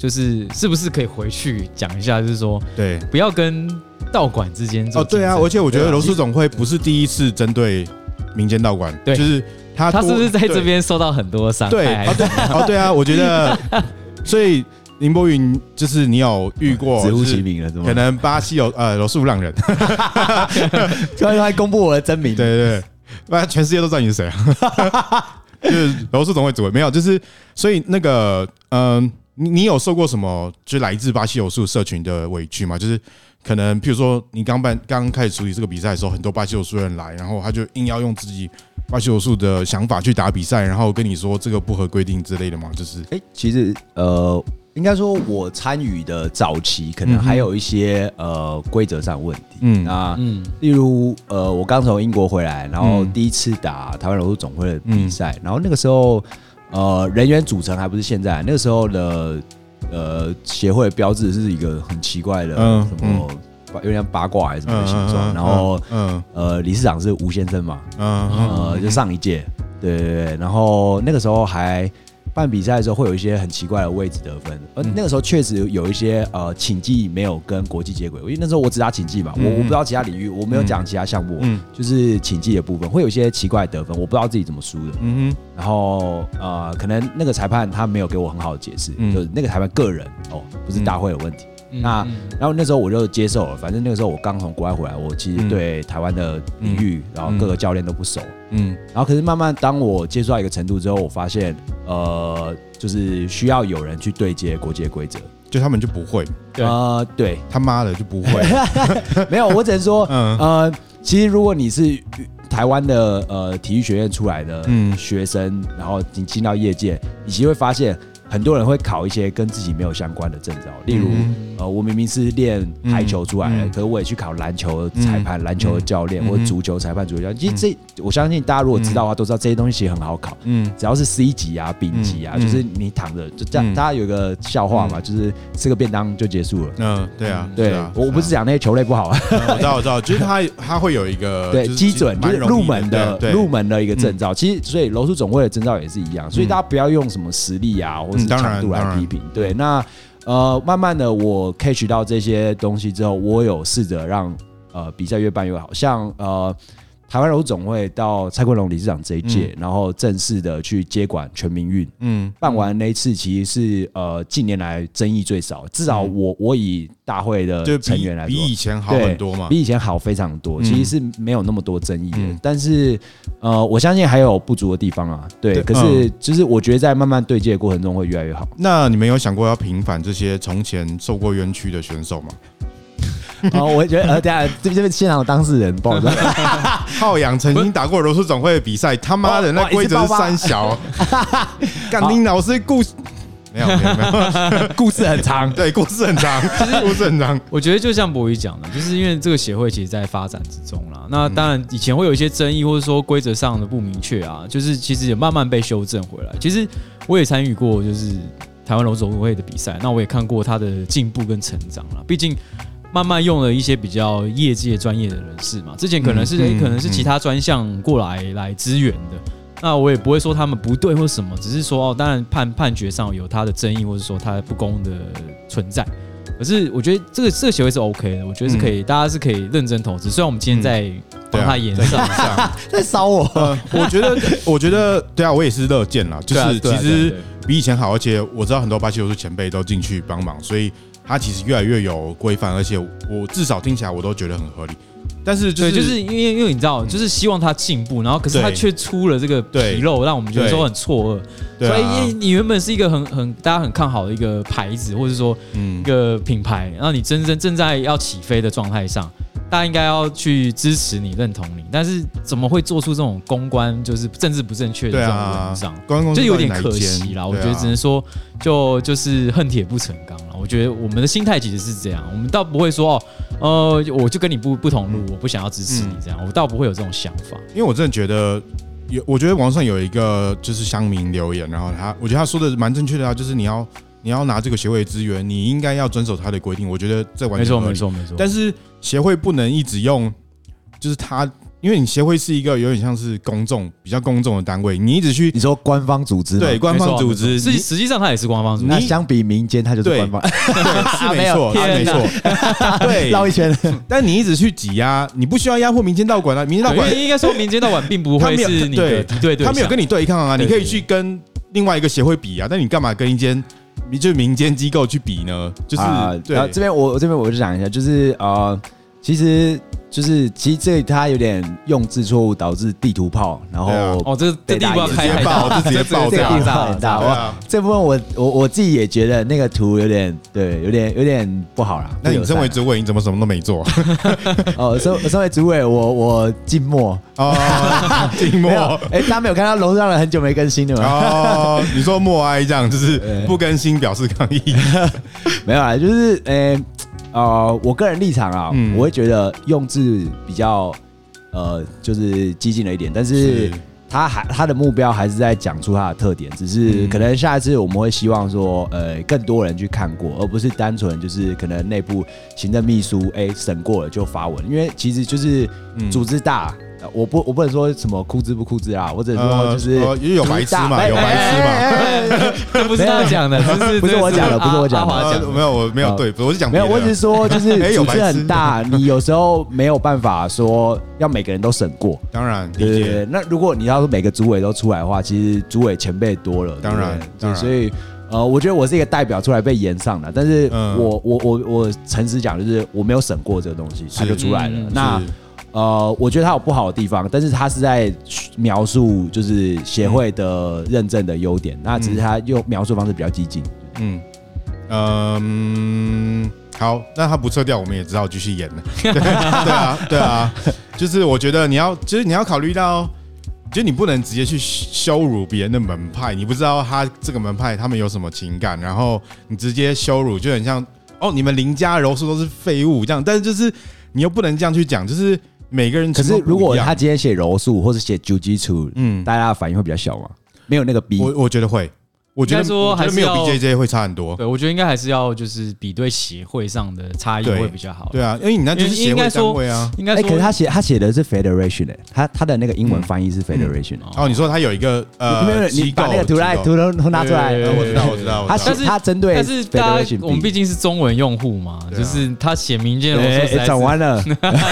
就是是不是可以回去讲一下，就是说， 对， 不要跟道馆之间做哦，对啊，而且我觉得柔术总会不是第一次针对民间道馆，对，就是他他是不是在这边受到很多伤害？ 对，哦对，哦对啊，我觉得，所以林柏云就是你有遇过直呼其名了，是吗？ 可能巴西有呃柔术浪人， 突然公布我的真名， 对对对，不然全世界都知道你是谁啊。就是柔术总会主委没有，就是所以那个嗯、呃，你你有受过什么就来自巴西柔术社群的委屈吗？就是可能譬如说你刚办刚开始处理这个比赛的时候，很多巴西柔术人来，然后他就硬要用自己巴西柔术的想法去打比赛，然后跟你说这个不合规定之类的吗？就是哎、欸，其实呃。应该说，我参与的早期可能还有一些、嗯、呃规则上的问题。嗯，那嗯，例如呃，我刚从英国回来，然后第一次打台湾柔术总会的比赛、嗯，然后那个时候呃人员组成还不是现在，那个时候的呃协会的标志是一个很奇怪的、嗯、什么。嗯有点八卦还是什么的形状、嗯，然后嗯呃理事长是吴先生嘛，嗯呃就上一届，对对对，然后那个时候还办比赛的时候会有一些很奇怪的位置得分，而那个时候确实有一些呃请技没有跟国际接轨，因为那时候我只打请技嘛，我我不知道其他领域，我没有讲其他项目，嗯，就是请技的部分会有一些奇怪的得分，我不知道自己怎么输的，嗯哼，然后呃可能那个裁判他没有给我很好的解释，就是那个裁判个人哦，不是大会有问题。那然后那时候我就接受了，反正那个时候我刚从国外回来，我其实对台湾的领域，然后各个教练都不熟，嗯，然后可是慢慢当我接触到一个程度之后，我发现，呃，就是需要有人去对接国际规则， 就他们就不会， 呃，对， 他妈的就不会， 没有，我只能说，呃，其实如果你是台湾的呃体育学院出来的学生，然后你进到业界，你其实会发现。很多人会考一些跟自己没有相关的证照，例如，嗯、呃，我明明是练排球出来的，嗯、可是我也去考篮球裁判、篮、嗯、球的教练，嗯、或者足球裁判、足球教练。其实这，我相信大家如果知道的话，都知道这些东西其实很好考。嗯，只要是 C 级啊、丙级啊，嗯、就是你躺着就这样。嗯、大家有一个笑话嘛，嗯、就是吃个便当就结束了。嗯， 对啊， 对啊， 我我不是讲那些球类不好啊。 嗯、我知道，我知道，就是它它会有一个对基准，就是入门的入门的一个证照。其实，所以柔术总会的证照也是一样，所以大家不要用什么实力啊，或是强度来批评。对，那呃，慢慢的我 catch 到这些东西之后，我有试着让呃比赛越办越好，像呃台湾柔术总会到蔡坤龙理事长这一届，嗯、然后正式的去接管全民运，嗯，办完那一次其实是呃近年来争议最少，至少我、嗯、我以大会的成员来说， 比以前好很多嘛， 比以前好非常多，嗯、其实是没有那么多争议的，嗯、但是呃我相信还有不足的地方啊，对，对可是就是我觉得在慢慢对接的过程中会越来越好。 那你们有想过要平反这些从前受过冤屈的选手吗？ 哦，我觉得呃，等一下这边现场有当事人，不好意思， 浩洋曾经打过柔术总会的比赛，他妈的那规则是三小，干丁老师故事没有没有没有， 故事很长， 对，故事很长，其实故事很长。 我觉得就像博宇讲的，就是因为这个协会其实在发展之中啦。那当然以前会有一些争议，或者说规则上的不明确啊，就是其实也慢慢被修正回来。其实我也参与过，就是台湾柔术总会的比赛，那我也看过他的进步跟成长啦。毕竟。慢慢用了一些比较业界专业的人士嘛，之前可能是、嗯嗯、可能是其他专项过来来支援的，那我也不会说他们不对或什么，只是说哦，当然判判决上有他的争议，或者说他不公的存在。可是我觉得这个这个协会是 OK 的，我觉得是可以，嗯、大家是可以认真投资。虽然我们今天在帮他演上， 在烧我、 呃，我觉得我觉得对啊，我也是乐见啦，就是其实比以前好，而且我知道很多巴西柔术前辈都进去帮忙，所以。它其实越来越有规范，而且我至少听起来我都觉得很合理。但是就是对，就是因为因为你知道，就是希望它进步，然后可是它却出了这个纰漏，让我们觉得说很错愕。所以你原本是一个很很大家很看好的一个牌子，或者说一个品牌，然后你真正正在要起飞的状态上。大家应该要去支持你、认同你，但是怎么会做出这种公关就是政治不正确的这种文章，啊、就有点可惜啦。啊、我觉得只能说就就是恨铁不成钢了。我觉得我们的心态其实是这样，我们倒不会说哦，呃，我就跟你不不同路，我不想要支持你这样，嗯、我倒不会有这种想法。 因为我真的觉得有，我觉得网上有一个就是乡民留言，然后他我觉得他说的蛮正确的啊，就是你要。你要拿这个协会的资源，你应该要遵守他的规定。我觉得这完全合理， 没错没错没错。 但是协会不能一直用，就是他因为你协会是一个有点像是公众比较公众的单位，你一直去你说官方组织， 对官方组织， 实实际上它也是官方组织。 那相比民间，它就是官方， 是没错，是没错，对， 绕一圈。 但你一直去挤压，你不需要压迫民间道馆啊，民间道馆应该说民间道馆并不会是你的敌对对象， 他没有跟你对抗啊，你可以去跟另外一个协会比啊，但你干嘛跟一间就是民间机构去比呢？就是、呃、对， 这边我这边我就讲一下，就是呃，其实。就是其实这它有点用字错误，导致地图炮，然后哦，这这地图炮开爆，直接爆， 这个地图炮很大。哇，这部分我我我自己也觉得那个图有点对，有点有点不好啦。 那你身为主委，你怎么什么都没做？ 哦，身身为主委，我我静默哦，静默。 哎，大家没有看到楼上人很久没更新了吗？ 哦，你说默哀这样，就是不更新表示抗议？ 没有啦，就是呃。呃，我个人立场啊，嗯、我会觉得用字比较呃，就是激进了一点，但是他还他的目标还是在讲出他的特点，只是可能下一次我们会希望说，呃，更多人去看过，而不是单纯就是可能内部行政秘书哎审过了就发文，因为其实就是组织大。嗯我不，我不能说什么哭之不哭之啊，我只能说就是， 呃，有白痴嘛，有白痴嘛， 这不是他讲的，不是不是我讲的，不是我讲的， 没有，我没有对，我是讲没有，我只是说就是组织很大，你有时候没有办法说要每个人都审过， 当然， 对对对。那如果你要是每个主委都出来的话，其实主委前辈多了， 当然，当然， 所以。呃，我觉得我是一个代表出来被延上的，但是我我我我诚实讲，就是我没有审过这个东西，它就出来了。那呃，我觉得它有不好的地方，但是它是在描述就是协会的认证的优点，那只是它用描述方式比较激进。嗯嗯，好，那他不撤掉，我们也只好继续演了。对, 对啊，对啊，就是我觉得你要，就是你要考虑到。就你不能直接去羞辱别人的门派，你不知道他这个门派他们有什么情感，然后你直接羞辱，就很像哦，你们林家柔术都是废物这样，但是就是你又不能这样去讲，就是每个人可是如果他今天写柔术或者写jiu jitsu，嗯，大家的反应会比较小吗？没有那个逼， 我我觉得会。我觉得说还是没有 B J J 会差很多。 对，我觉得应该还是要就是比对协会上的差异会比较好。 对啊，因为你那就是协会单位啊。 应该说，可是他写他写的是 Federation 诶，他他的那个英文翻译是 Federation。 哦，你说他有一个呃， 没有，你把那个图来图图拿出来。 我知道，我知道。 他是他针对， 但是大家我们毕竟是中文用户嘛，就是他写民间柔术， 讲完了，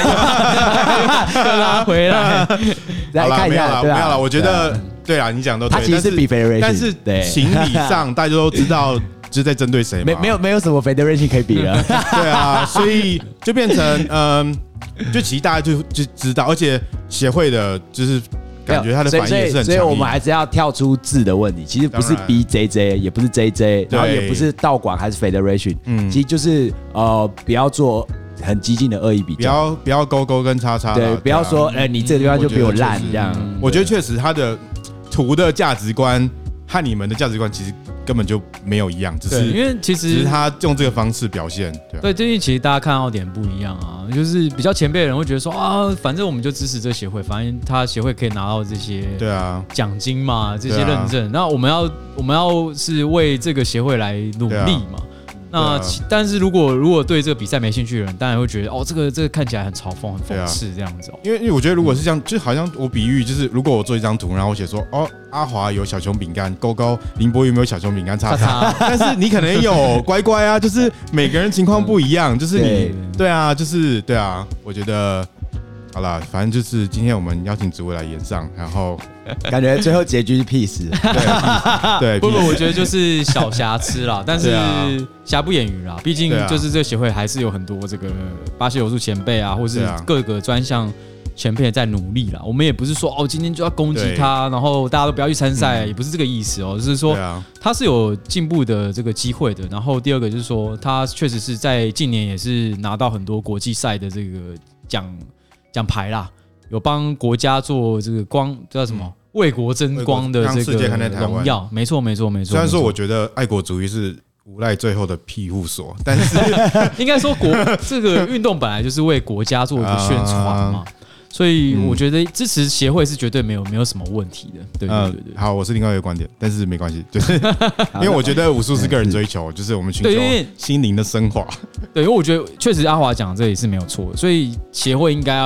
拉回来， 来看一下， 没有了，我觉得。对啊，你讲都对， 他其实是比 Federation， 但是情理上大家都知道就是在针对谁嘛， 没没有没有什么 Federation 可以比了。 对啊，所以就变成嗯，就其实大家就就知道，而且协会的就是感觉他的反应也是很强硬， 所以我们还是要跳出字的问题，其实不是 B J J， 也不是 J J， 然后也不是道馆还是 Federation， 嗯，其实就是呃不要做。很激进的恶意比较， 不要不要勾勾跟叉叉， 对，不要说哎、欸，你这个地方就比我烂这样。 我觉得确实他的图的价值观和你们的价值观其实根本就没有一样，只是因为其实只是他用这个方式表现。对， 对，最近其实大家看到点不一样啊，就是比较前辈的人会觉得说啊，反正我们就支持这个协会，反正他协会可以拿到这些对啊奖金嘛，这些认证，那我们要我们要是为这个协会来努力嘛。那、啊、但是如果如果对这个比赛没兴趣的人，当然会觉得哦，这个这个看起来很嘲讽、很讽刺这样子、哦。 因为因为我觉得如果是这样，就好像我比喻，就是如果我做一张图，然后我写说哦，阿华有小熊饼干，勾勾，林博有没有小熊饼干，叉叉。但是你可能有乖乖啊，就是每个人情况不一样，就是你对啊，就是对啊，我觉得。好啦，反正就是今天我们邀请主委来演上，然后感觉最后结局是屁事。 对， 不不，我觉得就是小瑕疵啦，但是瑕不掩瑜啦。毕竟就是这个协会还是有很多这个巴西柔术前辈啊，或是各个专项前辈在努力啦。我们也不是说哦，今天就要攻击他，然后大家都不要去参赛，也不是这个意思哦，就是说他是有进步的这个机会的。然后第二个就是说，他确实是在近年也是拿到很多国际赛的这个奖。奖牌啦，有帮国家做这个光叫什么为国争光的这个荣耀，没错没错没错。 虽然说我觉得爱国主义是无赖最后的庇护所，但是应该说国这个运动本来就是为国家做一个宣传嘛，所以我觉得支持协会是绝对没有没有什么问题的。对对对对。 好，我是另外一个观点，但是没关系，就是因为我觉得武术是个人追求，就是我们寻求心灵的升华。 对，因为我觉得确实阿华讲的这也是没有错的，所以协会应该要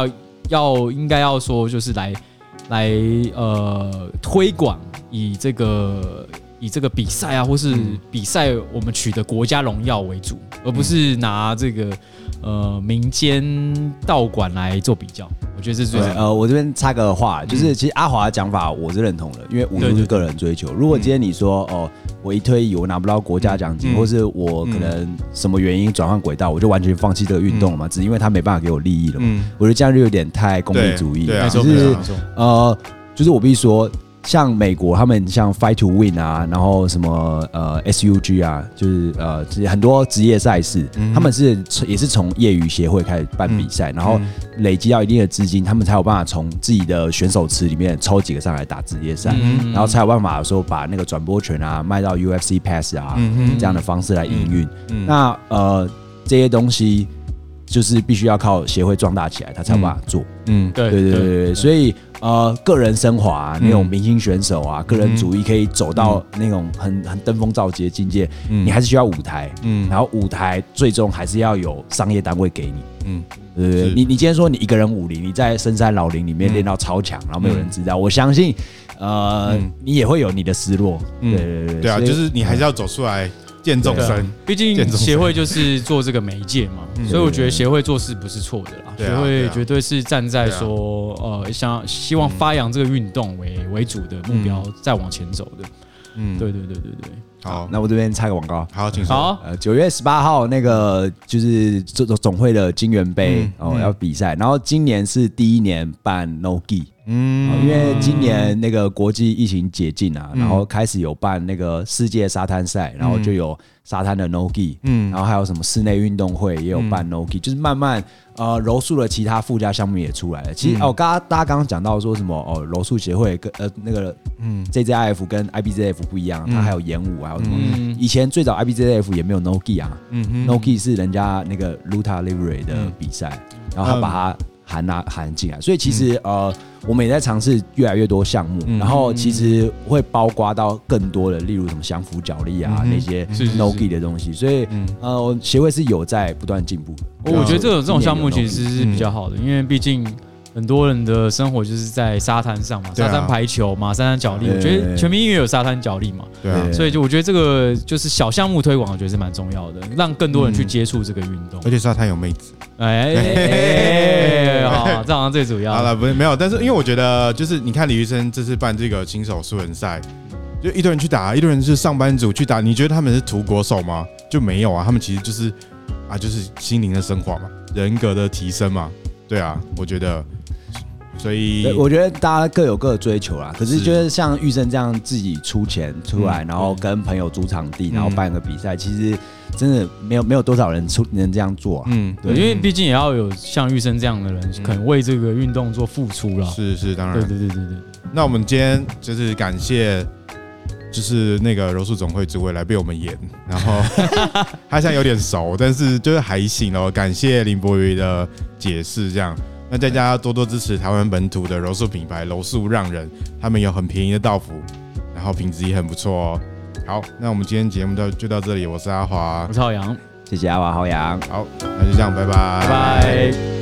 要应该要说就是来来呃推广以这个以这个比赛啊，或是比赛我们取得国家荣耀为主，而不是拿这个呃民间道馆来做比较。我觉得这是最重要的。 呃，我这边插个话，就是其实阿华的讲法我是认同的，因为武术是个人追求。如果今天你说哦，我一退役我拿不到国家奖金，嗯、或是我可能什么原因转换轨道，我就完全放弃这个运动了嘛？嗯、只因为他没办法给我利益了嘛？嗯、我觉得这样就有点太功利主义。 对， 可是呃，就是我必须说。像美国，他们像 Fight to Win 啊，然后什么呃 S U G 啊，就是呃很多职业赛事，嗯、他们是也是从业余协会开始办比赛，嗯、然后累积到一定的资金，他们才有办法从自己的选手池里面抽几个上来打职业赛，嗯、然后才有办法说把那个转播权啊卖到 U F C Pass 啊、嗯、这样的方式来营运。嗯嗯、那呃这些东西就是必须要靠协会壮大起来，他才有办法做。 嗯，对对对对对，所以。呃，个人升华、啊、那种明星选手啊，嗯、个人主义可以走到那种很很登峰造极的境界，嗯、你还是需要舞台，嗯，然后舞台最终还是要有商业单位给你，嗯，对对对，你你今天说你一个人武林，你在深山老林里面练到超强，然后没有人知道，嗯、我相信，呃，嗯、你也会有你的失落，嗯、对对对， 对啊，就是你还是要走出来。见众生， 毕竟协会就是做这个媒介嘛，嗯、所以我觉得协会做事不是错的啦。协会绝对是站在说，啊、呃，想希望发扬这个运动为为主的目标，嗯、再往前走的。嗯，对对对对对。 好，那我这边插个广告。 好，请说。 好， 呃，九月十八号那个就是总总会的金元杯、嗯、哦要比赛，然后今年是第一年办 No Gi。嗯，因为今年那个国际疫情解禁啊，嗯、然后开始有办那个世界沙滩赛，然后就有沙滩的 No Gi， 嗯，然后还有什么室内运动会也有办 No Gi，、嗯、就是慢慢呃柔术的其他附加项目也出来了。其实、嗯、哦，刚刚大家刚刚讲到说什么哦，柔术协会跟呃那个嗯 J J I F 跟 I B J F 不一样，嗯、它还有演武，还有什么？嗯、以前最早 I B J F 也没有 No Gi 啊，嗯、No Gi 是人家那个 Luta Livre 的比赛，嗯、然后他把它。含拿含进来，所以其实、嗯、呃，我们也在尝试越来越多项目，嗯、然后其实会包括到更多的，例如什么降服角力啊、嗯、那些 No Gi 的东西，所以、嗯、呃，协会是有在不断进步的。 我觉得这种这种项目其实是比较好的，因为毕竟很多人的生活就是在沙滩上嘛，沙滩排球嘛，沙滩角力，我觉得全民音乐有沙滩角力嘛， 对啊， 所以就我觉得这个就是小项目推广，我觉得是蛮重要的，让更多人去接触这个运动， 而且沙滩有妹子。 哎，欸、好，这好像最主要。 好了，不是没有，但是因为我觉得，就是你看李宇生这次办这个新手素人赛，就一堆人去打，一堆人是上班族去打，你觉得他们是图国手吗？就没有啊，他们其实就是啊，就是心灵的升华嘛，人格的提升嘛，对啊，我觉得。所以我觉得大家各有各的追求啦。可是就是像玉生这样自己出钱出来，嗯、然后跟朋友租场地，嗯、然后办个比赛，其实真的没有没有多少人出能这样做啊。嗯， 对，因为毕竟也要有像玉生这样的人，嗯、可能为这个运动做付出啦。 是是，当然。 对对对对对。 那我们今天就是感谢，就是那个柔术总会主委来被我们演，然后他现在有点熟，但是就是还行哦。感谢林博宇的解释，这样。那大家多多支持台湾本土的柔术品牌柔术让人，他们有很便宜的道服，然后品质也很不错哦。好，那我们今天节目就到这里，我是阿华， 我是浩洋， 谢谢阿华浩洋， 好，那就这样，拜拜， 拜拜。